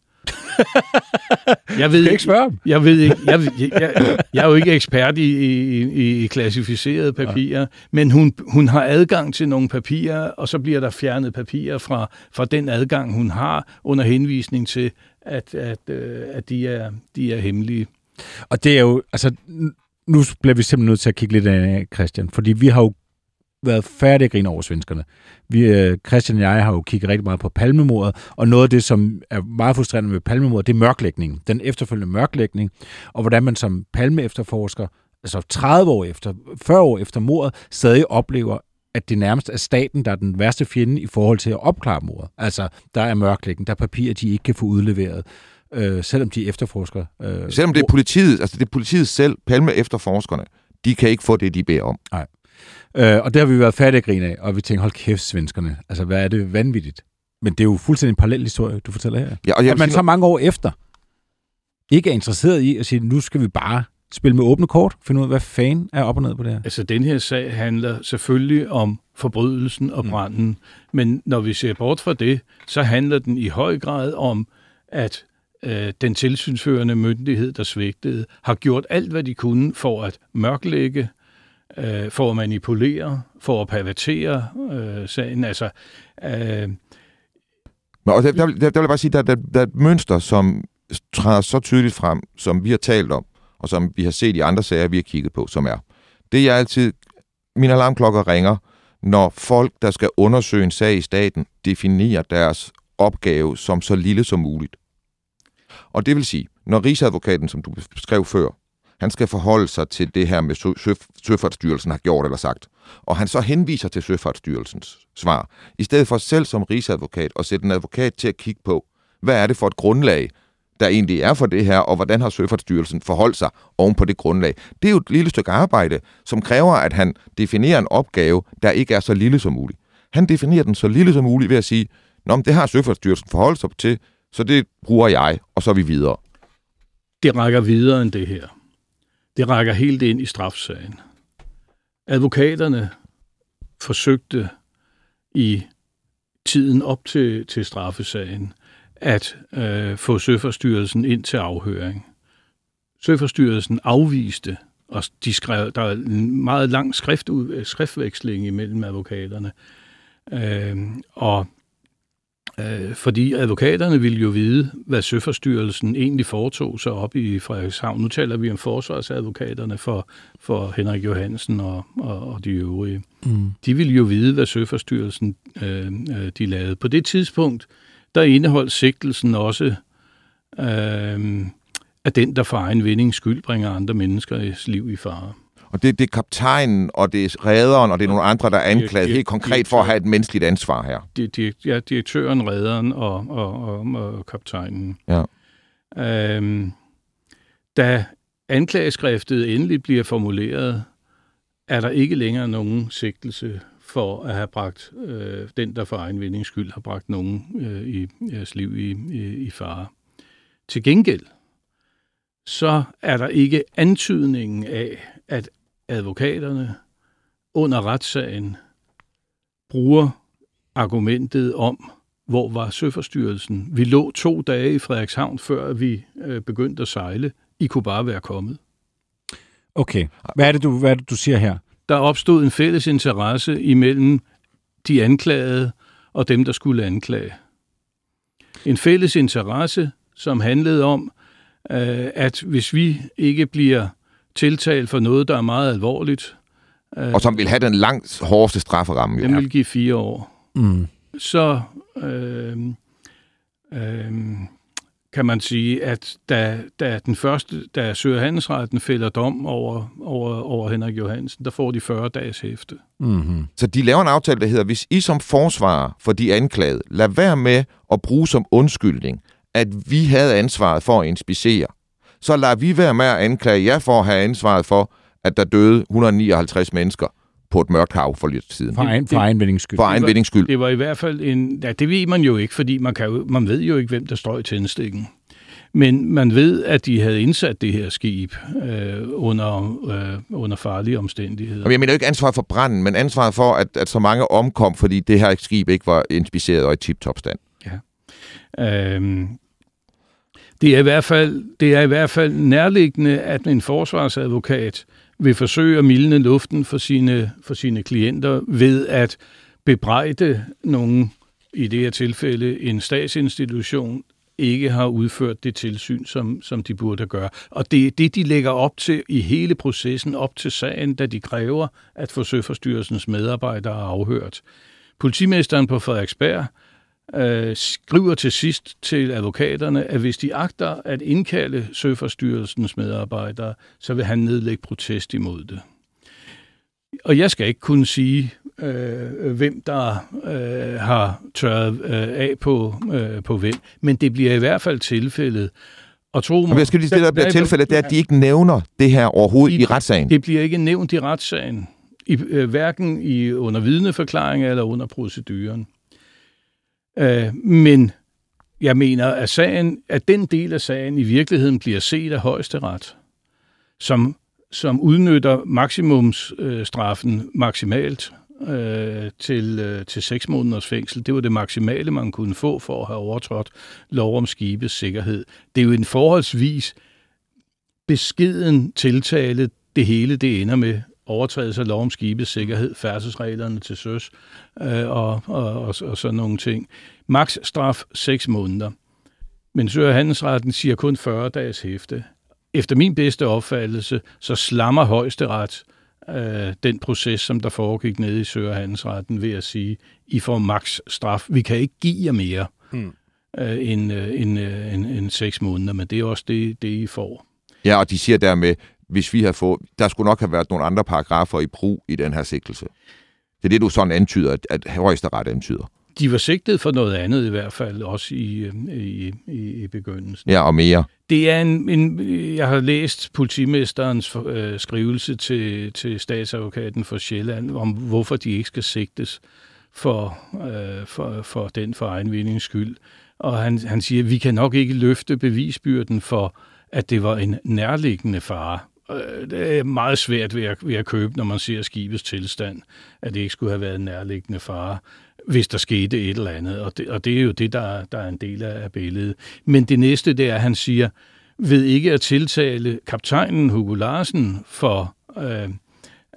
jeg ved ikke spørge ham. Jeg ved ikke. Jeg, jeg, jeg, jeg er jo ikke ekspert i, i, i klassificerede papirer, ja. Men hun, hun har adgang til nogle papirer, og så bliver der fjernet papirer fra, fra den adgang, hun har, under henvisning til, at, at, at de, er, de er hemmelige. Og det er jo, altså, nu bliver vi simpelthen nødt til at kigge lidt af, Christian, fordi vi har jo været færdige at grine over svenskerne. Vi, Christian og jeg har jo kigget rigtig meget på Palmemordet, og noget af det, som er meget frustrerende med Palmemordet, det er mørklægningen. Den efterfølgende mørklægning, og hvordan man som Palme-efterforsker, altså tredive år efter, fyrre år efter mordet, stadig oplever, at det nærmest er staten, der er den værste fjende i forhold til at opklare mordet. Altså, der er mørklægning, der er papirer, de ikke kan få udleveret, øh, selvom de efterforsker. Øh, selvom det er politiet, altså det er politiet selv, Palme-efterforskerne, de kan ikke få det, de beder om. Nej. Øh, og det har vi været færdige at grine af, og vi tænker, hold kæft, svenskerne. Altså, hvad er det vanvittigt? Men det er jo fuldstændig en parallel historie, du fortæller her. Ja, og jeg at man så mange år efter ikke er interesseret i at sige, nu skal vi bare spille med åbne kort, finde ud af, hvad fanden er op og ned på det her. Altså, den her sag handler selvfølgelig om forbrydelsen og branden, mm. men når vi ser bort fra det, så handler den i høj grad om, at øh, den tilsynsførende myndighed, der svigtede, har gjort alt, hvad de kunne for at mørklægge, øh, for at manipulere, for at pervertere øh, sagen. Altså, øh, og der, der, der, der vil jeg bare sige, at der, der, der er et mønster, som træder så tydeligt frem, som vi har talt om, og som vi har set i andre sager, vi har kigget på, som er. Det er altid, mine alarmklokker ringer, når folk, der skal undersøge en sag i staten, definerer deres opgave som så lille som muligt. Og det vil sige, når rigsadvokaten, som du beskrev før, han skal forholde sig til det her med Søfartsstyrelsen har gjort eller sagt, og han så henviser til Søfartsstyrelsens svar, i stedet for selv som rigsadvokat at sætte en advokat til at kigge på, hvad er det for et grundlag, der egentlig er for det her, og hvordan har Søfartsstyrelsen forholdt sig oven på det grundlag. Det er jo et lille stykke arbejde, som kræver, at han definerer en opgave, der ikke er så lille som muligt. Han definerer den så lille som muligt ved at sige, nå, men det har Søfartsstyrelsen forholdt sig til, så det bruger jeg, og så er vi videre. Det rækker videre end det her. Det rækker helt ind i strafsagen. Advokaterne forsøgte i tiden op til, til straffesagen at øh, få Søfartsstyrelsen ind til afhøring. Søfartsstyrelsen afviste, og de skrev, der er en meget lang skrift, skriftveksling imellem advokaterne, øh, og Øh, fordi advokaterne ville jo vide, hvad Søfartsstyrelsen egentlig foretog sig op i Frederikshavn. Nu taler vi om forsvarsadvokaterne for, for Henrik Johansen og, og, og de øvrige. Mm. De ville jo vide, hvad Søfartsstyrelsen øh, de lavede. På det tidspunkt, der indeholdt sigtelsen også, øh, at den, der for egen vindings skyld bringer andre menneskers liv i fare. Og det, det er kaptajnen, og det er rederen, og det er nogle andre, der er anklaget helt konkret for at have et menneskeligt ansvar her. Det, ja, direktøren, rederen og, og, og, og kaptajnen. Ja. Øhm, da anklageskriftet endelig bliver formuleret, er der ikke længere nogen sigtelse for at have bragt øh, den, der for egen vindings skyld har bragt nogen øh, i jeres liv i, i, i fare. Til gengæld, så er der ikke antydningen af, at advokaterne under retssagen bruger argumentet om, hvor var Søfartsstyrelsen. Vi lå to dage i Frederikshavn, før vi øh, begyndte at sejle. I kunne bare være kommet. Okay. Hvad er det, du, hvad er det, du siger her? Der opstod en fælles interesse imellem de anklagede og dem, der skulle anklage. En fælles interesse, som handlede om, øh, at hvis vi ikke bliver tiltalt for noget, der er meget alvorligt. Øh, og som vil have den langt hårdeste strafferamme. Den vil give fire år. Mm. Så øh, øh, kan man sige, at da, da den første, da Sø- og Handelsretten fælder dom over, over, over Henrik Johansen, der får de fyrre dages hæfte. Mm-hmm. Så de laver en aftale, der hedder, hvis I som forsvarer for de anklagede, lad være med at bruge som undskyldning, at vi havde ansvaret for at inspicere, så lader vi være med at anklage jer for at have ansvaret for, at der døde et hundrede nioghalvtreds mennesker på et mørkt hav for lidt siden. For egen, for egen vindings skyld. For egen vindings skyld. Det var i hvert fald en... Ja, det ved man jo ikke, fordi man, kan jo, man ved jo ikke, hvem der står i tændstikken. Men man ved, at de havde indsat det her skib øh, under, øh, under farlige omstændigheder. Men jeg mener jo ikke ansvaret for branden, men ansvaret for, at, at så mange omkom, fordi det her skib ikke var inspiceret og i tip-top stand. Ja. Øhm, det, er i hvert fald, det er i hvert fald nærliggende, at en forsvarsadvokat vil forsøge at mildne luften for sine, for sine klienter ved at bebrejde nogen, i det her tilfælde en statsinstitution, ikke har udført det tilsyn, som, som de burde gøre. Og det er det, de lægger op til i hele processen, op til sagen, da de kræver at få Søfartsstyrelsens medarbejdere afhørt. Politimesteren på Frederiksberg øh, skriver til sidst til advokaterne, at hvis de agter at indkalde Søfartsstyrelsens medarbejdere, så vil han nedlægge protest imod det. Og jeg skal ikke kunne sige, øh, hvem der øh, har tørret øh, af på, øh, på hvem, men det bliver i hvert fald tilfældet. Og tro mig, jeg skal lige det, der bliver tilfældet, det er, at de ikke nævner det her overhovedet i, i retssagen. Det bliver ikke nævnt i retssagen, i, øh, hverken i, under vidneforklaring eller under proceduren. Øh, men jeg mener, at, sagen, at den del af sagen i virkeligheden bliver set af Højesteret, som som udnytter maksimumsstraffen øh, maksimalt øh, til, øh, til seks måneders fængsel. Det var det maksimale, man kunne få for at have overtrådt lov om skibes sikkerhed. Det er jo en forholdsvis beskeden tiltale, det hele det ender med overtrædelse af lov om skibes sikkerhed, færdselsreglerne til søs øh, og, og, og, og sådan nogle ting. Max straf seks måneder. Men Sø- og Handelsretten siger kun fyrre dages hæfte. Efter min bedste opfattelse, så slammer Højesteret øh, den proces, som der foregik nede i Sø- og Handelsretten, ved at sige, I får maks straf. Vi kan ikke give jer mere hmm. øh, end, øh, end, øh, end, end seks måneder, men det er også det, det, I får. Ja, og de siger dermed, hvis vi har fået, der skulle nok have været nogle andre paragrafer i brug i den her sigtelse. Det er det, du sådan antyder, at, at Højesteret antyder. De var sigtet for noget andet i hvert fald, også i, i, i, i begyndelsen. Ja, og mere. Det er en, en jeg har læst politimesterens øh, skrivelse til, til statsadvokaten for Sjælland, om hvorfor de ikke skal sigtes for, øh, for, for den for egen vindings skyld. Og han, han siger, at vi kan nok ikke løfte bevisbyrden for, at det var en nærliggende fare. Det er meget svært ved at, ved at købe, når man ser skibets tilstand, at det ikke skulle have været en nærliggende fare, hvis der skete et eller andet. Og det, og det er jo det, der, der er en del af billedet. Men det næste, det er, at han siger, ved ikke at tiltale kaptajnen Hugo Larsen for, øh,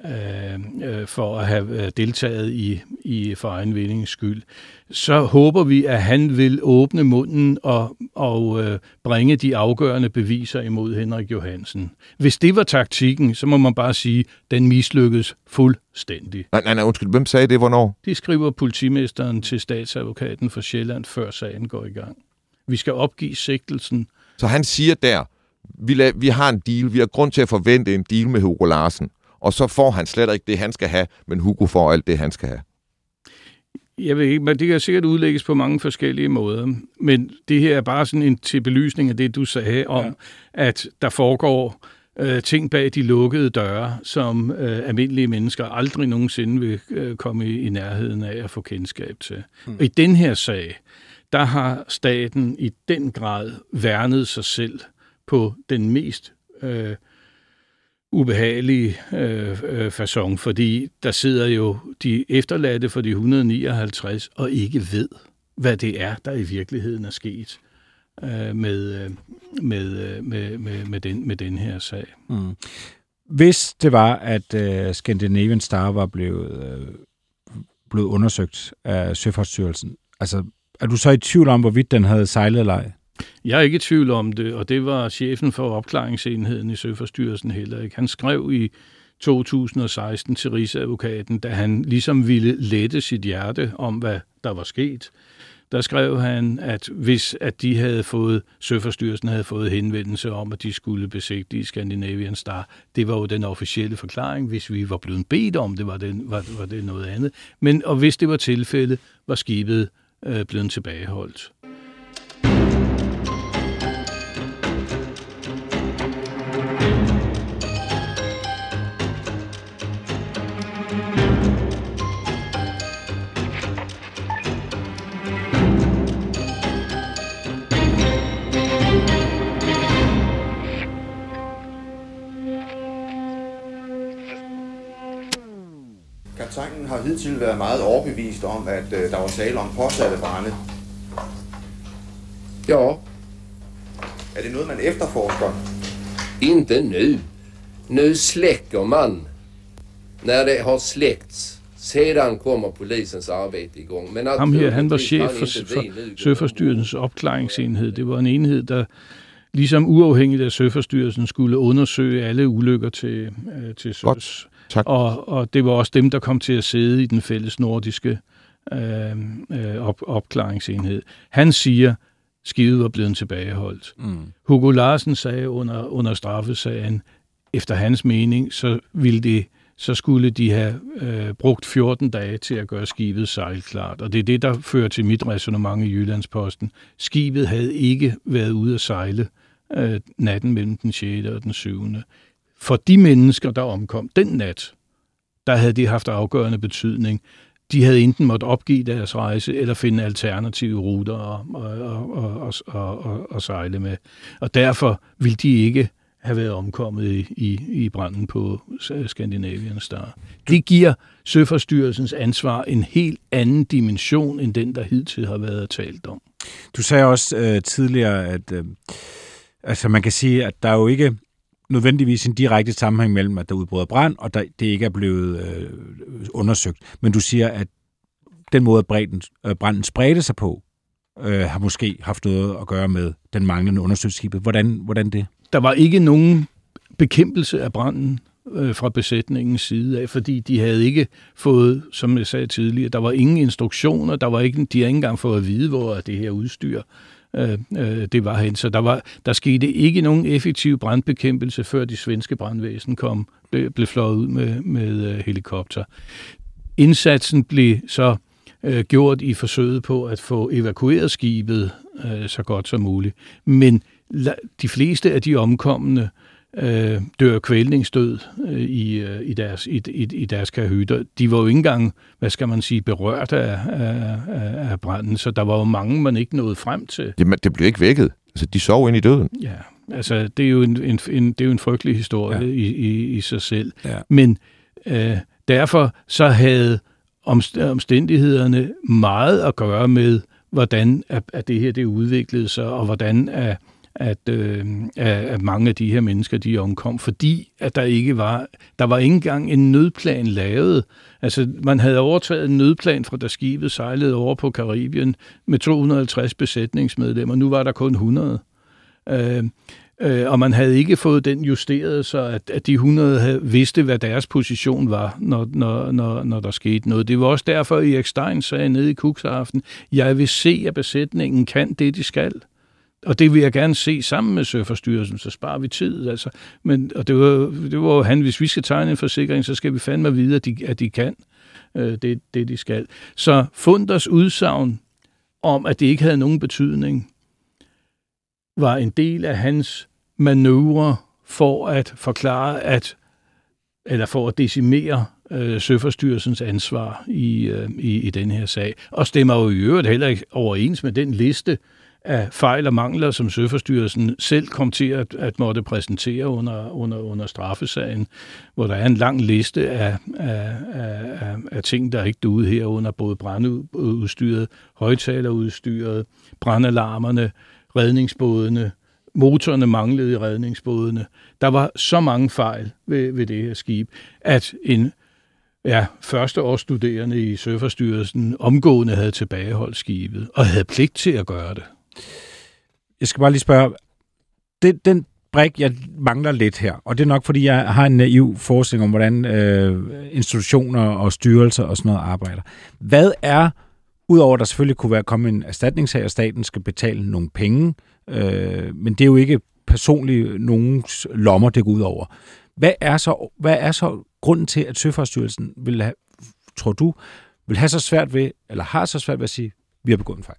øh, for at have deltaget i, i for egen vindings skyld, så håber vi, at han vil åbne munden og, og øh, bringe de afgørende beviser imod Henrik Johansen. Hvis det var taktikken, så må man bare sige, at den mislykkedes fuldstændig. Nej, nej, nej, undskyld. Hvem sagde det, hvornår? Det skriver politimesteren til statsadvokaten for Sjælland, før sagen går i gang. Vi skal opgive sigtelsen. Så han siger der, vi, la- vi har en deal, vi har grund til at forvente en deal med Hugo Larsen, og så får han slet ikke det, han skal have, men Hugo får alt det, han skal have. Jeg ved ikke, men det kan sikkert udlægges på mange forskellige måder. Men det her er bare sådan en til belysning af det, du sagde om, ja. At der foregår øh, ting bag de lukkede døre, som øh, almindelige mennesker aldrig nogensinde vil øh, komme i, i nærheden af at få kendskab til. Hmm. Og i den her sag, der har staten i den grad værnet sig selv på den mest øh, ubehagelige øh, øh, facon, fordi der sidder jo de efterladte for de et hundrede nioghalvtreds og ikke ved, hvad det er, der i virkeligheden er sket øh, med, med, med, med, med, den, med den her sag. Mm. Hvis det var, at øh, Scandinavian Star var blevet, øh, blevet undersøgt af Søfartsstyrelsen, altså er du så i tvivl om, hvorvidt den havde sejlet eller ej? Jeg er ikke i tvivl om det, og det var chefen for opklaringsenheden i Søfartsstyrelsen heller ikke. Han skrev i to tusind og seksten til Rigsadvokaten, da han ligesom ville lette sit hjerte om, hvad der var sket. Der skrev han, at hvis at de havde fået, Søfartsstyrelsen havde fået henvendelse om, at de skulle besigtige Scandinavian Star, det var jo den officielle forklaring. Hvis vi var blevet bedt om det, var det, var, var det noget andet. Men og hvis det var tilfældet, var skibet øh, blevet tilbageholdt. Kaptajnen har hidtil været meget overbevist om, at øh, der var tale om påsatte brande. Ja. Er det noget, man efterforsker? Inte nu. Nu släcker man. När det har släckts, sedan kommer polisens arbete igång. Men ham her, han var chef for, for Søfartsstyrelsens opklaringsenhed. Det var en enhed, der ligesom uafhængigt af Søfartsstyrelsen skulle undersøge alle ulykker til, øh, til søs. Og, og det var også dem, der kom til at sidde i den fælles nordiske øh, øh, op, opklaringsenhed. Han siger, skibet var blevet tilbageholdt. Mm. Hugo Larsen sagde under, under straffesagen, efter hans mening, så, ville det, så skulle de have øh, brugt fjorten dage til at gøre skibet sejlklart. Og det er det, der fører til mit ræsonnement i Jyllandsposten. Skibet havde ikke været ude at sejle øh, natten mellem den sjette og den syvende For de mennesker, der omkom den nat, der havde det haft afgørende betydning. De havde enten måtte opgive deres rejse, eller finde alternative ruter og, og, og, og, og, og sejle med. Og derfor ville de ikke have været omkommet i, i, i branden på Scandinavian Star. Det giver Søfartsstyrelsens ansvar en helt anden dimension, end den, der hidtil har været talt om. Du sagde også øh, tidligere, at øh, altså man kan sige, at der er jo ikke nødvendigvis en direkte sammenhæng mellem, at der udbryder brand, og der, det ikke er blevet øh, undersøgt. Men du siger, at den måde, branden, øh, branden spredte sig på, øh, har måske haft noget at gøre med den manglende undersøgelsesskibet. Hvordan, hvordan det? Der var ikke nogen bekæmpelse af branden øh, fra besætningens side af, fordi de havde ikke fået, som jeg sagde tidligere, der var ingen instruktioner, der var ikke, de havde ikke engang fået at vide, hvor det her udstyr øh, øh, det var hen. Så der, var, der skete ikke nogen effektiv brandbekæmpelse, før de svenske brandvæsen kom, blev, blev fløjet ud med, med øh, helikopter. Indsatsen blev så øh, gjort i forsøget på at få evakueret skibet øh, så godt som muligt. Men de fleste af de omkomne øh, dør kvælningsdød øh, i, øh, i, deres, i, i, i deres kahytter. De var jo ikke engang, hvad skal man sige, berørt af, af, af branden, så der var jo mange, man ikke nåede frem til. Det, det blev ikke vækket. Altså, de sov ind i døden. Ja, altså det er jo en, en, en, det er jo en frygtelig historie ja. i, i, i sig selv. Ja. Men øh, derfor så havde omstændighederne meget at gøre med, hvordan at det her det udviklede sig, og hvordan at at, øh, at mange af de her mennesker, de omkom, fordi at der ikke var, der var ikke engang en nødplan lavet. Altså, man havde overtaget en nødplan fra da skibet sejlede over på Karibien med to hundrede og halvtreds besætningsmedlemmer. Nu var der kun hundrede. Øh, øh, og man havde ikke fået den justeret, så at, at de hundrede havde vidste, hvad deres position var, når, når, når, når der skete noget. Det var også derfor, Erik Stein sagde nede i Cuxhaven, jeg vil se, at besætningen kan det, de skal. Og det vil jeg gerne se sammen med Søfartsstyrelsen, så sparer vi tid. Altså. Men, og det var, det var jo han, hvis vi skal tegne en forsikring, så skal vi fandme vide, at de, at de kan øh, det, det, de skal. Så Funders udsagn om, at det ikke havde nogen betydning, var en del af hans manøvre for at forklare, at, eller for at decimere øh, Søfartsstyrelsens ansvar i, øh, i, i den her sag. Og stemmer jo i øvrigt heller ikke overens med den liste af fejl og mangler, som Søfartsstyrelsen selv kom til at, at måtte præsentere under, under, under straffesagen, hvor der er en lang liste af, af, af, af ting, der ikke duede herunder, både brandudstyret, højtalerudstyret, brandalarmerne, redningsbådene, motorerne manglede i redningsbådene. Der var så mange fejl ved, ved det her skib, at en ja, førsteårsstuderende i Søfartsstyrelsen omgående havde tilbageholdt skibet, og havde pligt til at gøre det. Jeg skal bare lige spørge, den, den brik, jeg mangler lidt her, og det er nok, fordi jeg har en naiv forestilling om, hvordan øh, institutioner og styrelser og sådan noget arbejder. Hvad er, udover at der selvfølgelig kunne være kommet en erstatningssag, og staten skal betale nogle penge, øh, men det er jo ikke personligt nogens lommer, det går ud over. Hvad er så, hvad er så grunden til, at Søfartsstyrelsen vil have, tror du, vil have så svært ved, eller har så svært ved at sige, vi har begået en fejl?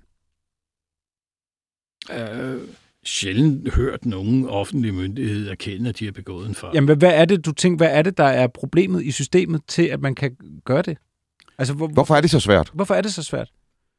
Uh, sjældent hørt nogen offentlige myndighed erkende, at de har begået en fejl. Jamen, hvad er det, du tænker, hvad er det, der er problemet i systemet til, at man kan gøre det? Altså, hvor, hvorfor er det så svært? Hvorfor er det så svært?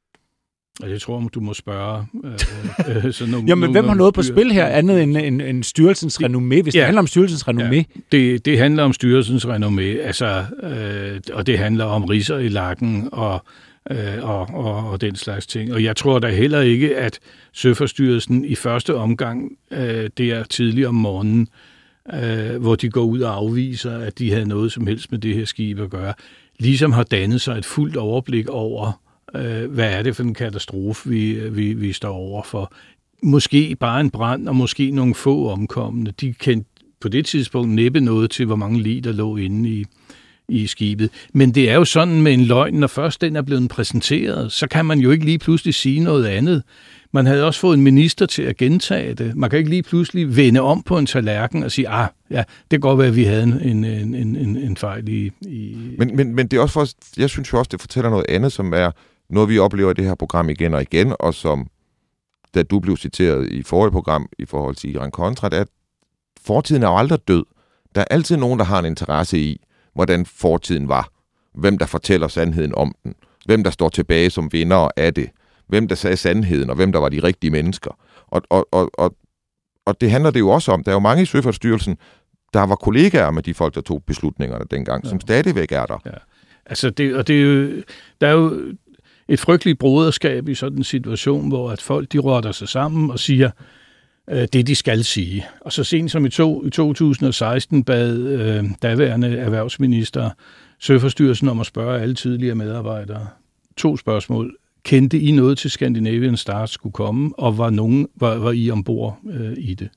Jeg tror, du må spørge. Øh, øh, sådan nogle, Jamen, hvem har noget på spil her, andet end, end, end styrelsens det, renommé, hvis ja, det handler om styrelsens renommé? Ja, det, det handler om styrelsens renommé, altså, øh, og det handler om ridser i lakken og, øh, og, og, og den slags ting. Og jeg tror da heller ikke, at Søfartsstyrelsen i første omgang, øh, der tidligt om morgenen, øh, hvor de går ud og afviser, at de havde noget som helst med det her skib at gøre, ligesom har dannet sig et fuldt overblik over, hvad er det for en katastrofe, vi, vi, vi står over for. Måske bare en brand, og måske nogle få omkomne. De kendte på det tidspunkt næppe noget til, hvor mange lig, der lå inde i, i skibet. Men det er jo sådan med en løgn, når først den er blevet præsenteret, så kan man jo ikke lige pludselig sige noget andet. Man havde også fået en minister til at gentage det. Man kan ikke lige pludselig vende om på en tallerken og sige, ah, ja, det kan godt være, at vi havde en, en, en, en fejl i... i men, men, men det er også for, jeg synes jo også, det fortæller noget andet, som er noget, vi oplever i det her program igen og igen, og som, da du blev citeret i forrige program i forhold til Iran-Contra, at fortiden er jo aldrig død. Der er altid nogen, der har en interesse i, hvordan fortiden var. Hvem der fortæller sandheden om den. Hvem der står tilbage som vinder af det. Hvem der sagde sandheden, og hvem der var de rigtige mennesker. Og, og, og, og, og det handler det jo også om. Der er jo mange i Søfartsstyrelsen, der var kollegaer med de folk, der tog beslutningerne dengang, ja, som stadigvæk er der. Ja. Altså, det, og det er jo, der er jo et frygteligt broderskab i sådan en situation, hvor at folk de rotter sig sammen og siger øh, det, de skal sige. Og så sent som i, to, i to tusind og seksten bad øh, daværende erhvervsminister Søfartsstyrelsen om at spørge alle tidligere medarbejdere. To spørgsmål. Kendte I noget til Scandinavian Star skulle komme, og var, nogen, var, var I ombord øh, i det?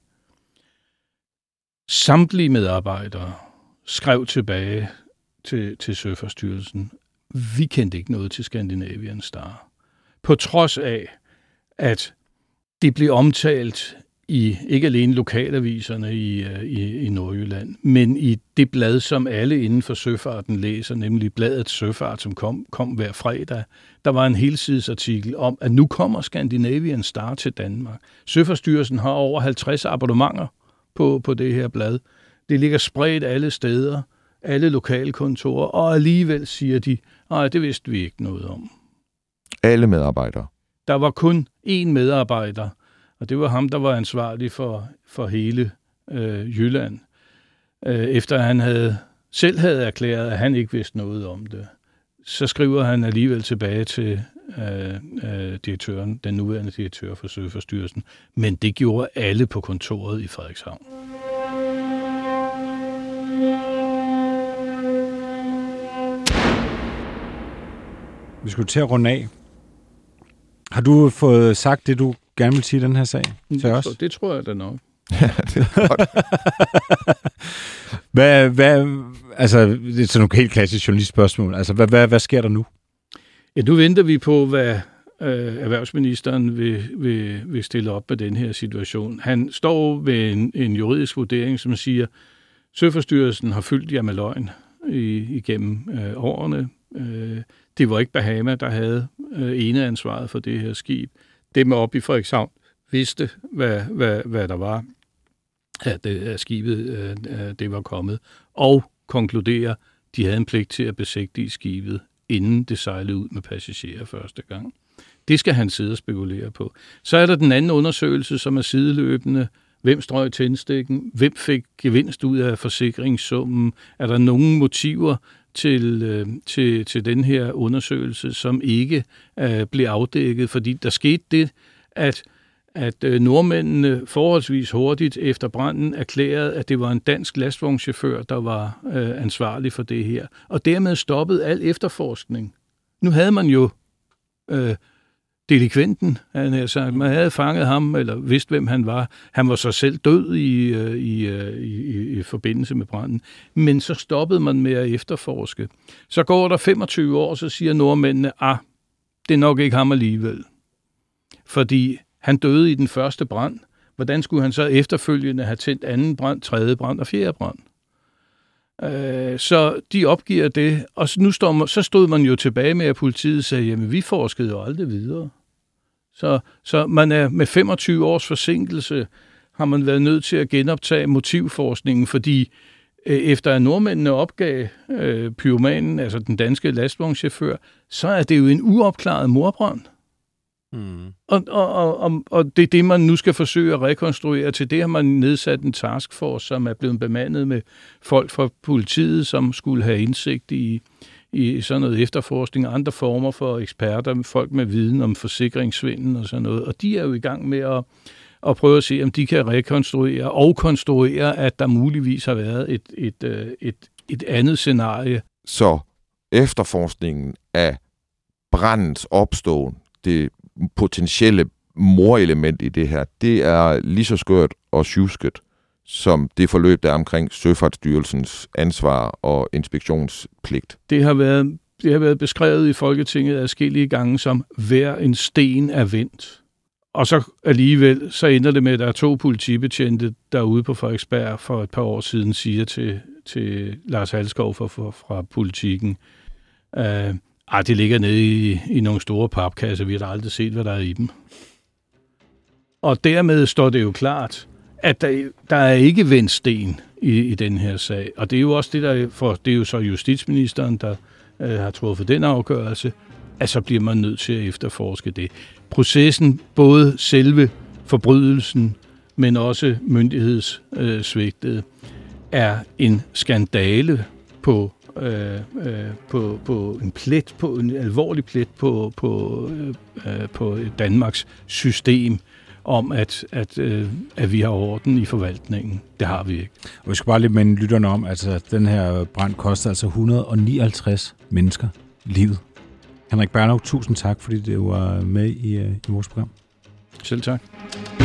Samtlige medarbejdere skrev tilbage til, til Søfartsstyrelsen. Vi kendte ikke noget til Scandinavian Star. På trods af, at det blev omtalt i ikke alene lokalaviserne i, i, i Nordjylland, men i det blad, som alle inden for søfarten læser, nemlig bladet Søfart, som kom, kom hver fredag. Der var en helsidesartikel om, at nu kommer Scandinavian Star til Danmark. Søfartsstyrelsen har over halvtreds abonnementer på, på det her blad. Det ligger spredt alle steder, alle lokalkontorer, og alligevel siger de, nej, det vidste vi ikke noget om. Alle medarbejdere? Der var kun én medarbejder, og det var ham, der var ansvarlig for, for hele øh, Jylland, øh, efter han havde, selv havde erklæret, at han ikke vidste noget om det. så skriver han alligevel tilbage til øh, øh, direktøren, den nuværende direktør for Søfartsstyrelsen. Men det gjorde alle på kontoret i Frederikshavn. Vi skulle til at runde af. Har du fået sagt det, du gerne vil sige i den her sag til os? Det tror jeg da nok. Ja, det er godt. hvad, hvad, altså, det er sådan nogle helt klassiske journalistspørgsmål. Altså, hvad, hvad, hvad sker der nu? Ja, nu venter vi på, hvad øh, erhvervsministeren vil, vil, vil stille op med den her situation. Han står ved en, en juridisk vurdering, som siger, Søfartsstyrelsen har fyldt jer med løgn i, igennem øh, årene. Øh, det var ikke Bahama, der havde øh, eneansvaret for det her skib. Dem oppe i Frederikshavn vidste, hvad, hvad, hvad der var, at, at skibet øh, det var kommet, og konkluderer, de havde en pligt til at besigtige skibet, inden det sejlede ud med passagerer første gang. Det skal han sidde og spekulere på. Så er der den anden undersøgelse, som er sideløbende. Hvem strøg tændstikken? Hvem fik gevinst ud af forsikringssummen? Er der nogen motiver til, øh, til, til den her undersøgelse, som ikke øh, blev afdækket? Fordi der skete det, at at nordmændene forholdsvis hurtigt efter branden erklærede, at det var en dansk lastvognschauffør, der var øh, ansvarlig for det her. Og dermed stoppede al efterforskning. Nu havde man jo øh, delikventen, han havde sagt. Man havde fanget ham, eller vidst, hvem han var. Han var så selv død i, i, i, i forbindelse med branden. Men så stoppede man med at efterforske. Så går der femogtyve år, så siger nordmændene, ah, det er nok ikke ham alligevel. Fordi han døde i den første brand. Hvordan skulle han så efterfølgende have tændt anden brand, tredje brand og fjerde brand? Øh, så de opgiver det, og nu står, så stod man jo tilbage med, at politiet sagde, jamen vi forskede jo aldrig videre. Så, så man er med femogtyve års forsinkelse, har man været nødt til at genoptage motivforskningen, fordi øh, efter at nordmændene opgav øh, pyromanen, altså den danske lastvognschauffør, så er det jo en uopklaret mordbrand. Mm. Og, og, og, og det er det, man nu skal forsøge at rekonstruere. Til det har man nedsat en taskforce, som er blevet bemandet med folk fra politiet, som skulle have indsigt i, i sådan noget efterforskning og andre former for eksperter, folk med viden om forsikringssvindel og sådan noget. Og de er jo i gang med at, at prøve at se, om de kan rekonstruere og konstruere, at der muligvis har været et, et, et, et, et andet scenarie. Så efterforskningen af brandens opståen, det potentielle morelement i det her, det er lige så skørt og sjusket, som det forløb, der er omkring Søfartsstyrelsens ansvar og inspektionspligt. Det har været, det har været beskrevet i Folketinget adskillige gange som hver en sten er vendt. Og så alligevel, så ender det med, at der er to politibetjente derude på Frederiksberg for et par år siden siger til, til Lars Halskov fra, fra, fra Politikken, øh, Ej, det ligger nede i, i nogle store papkasser. Vi har da aldrig set, hvad der er i dem. Og dermed står det jo klart, at der, der er ikke vendt sten i, i den her sag. Og det er jo også det, der for det er jo så justitsministeren, der øh, har truffet den afgørelse, at så bliver man nødt til at efterforske det. Processen, både selve forbrydelsen, men også myndighedssvigtet, øh, er en skandale på Øh, øh, på, på en plet, på en alvorlig plet på, på, øh, på Danmarks system om, at, at, øh, at vi har orden i forvaltningen. Det har vi ikke. Og vi skal bare lige minde lytterne om, at altså, den her brand koster altså et hundrede og nioghalvtreds mennesker livet. Henrik Bernov, tusind tak, fordi du var med i, i vores program. Selv tak.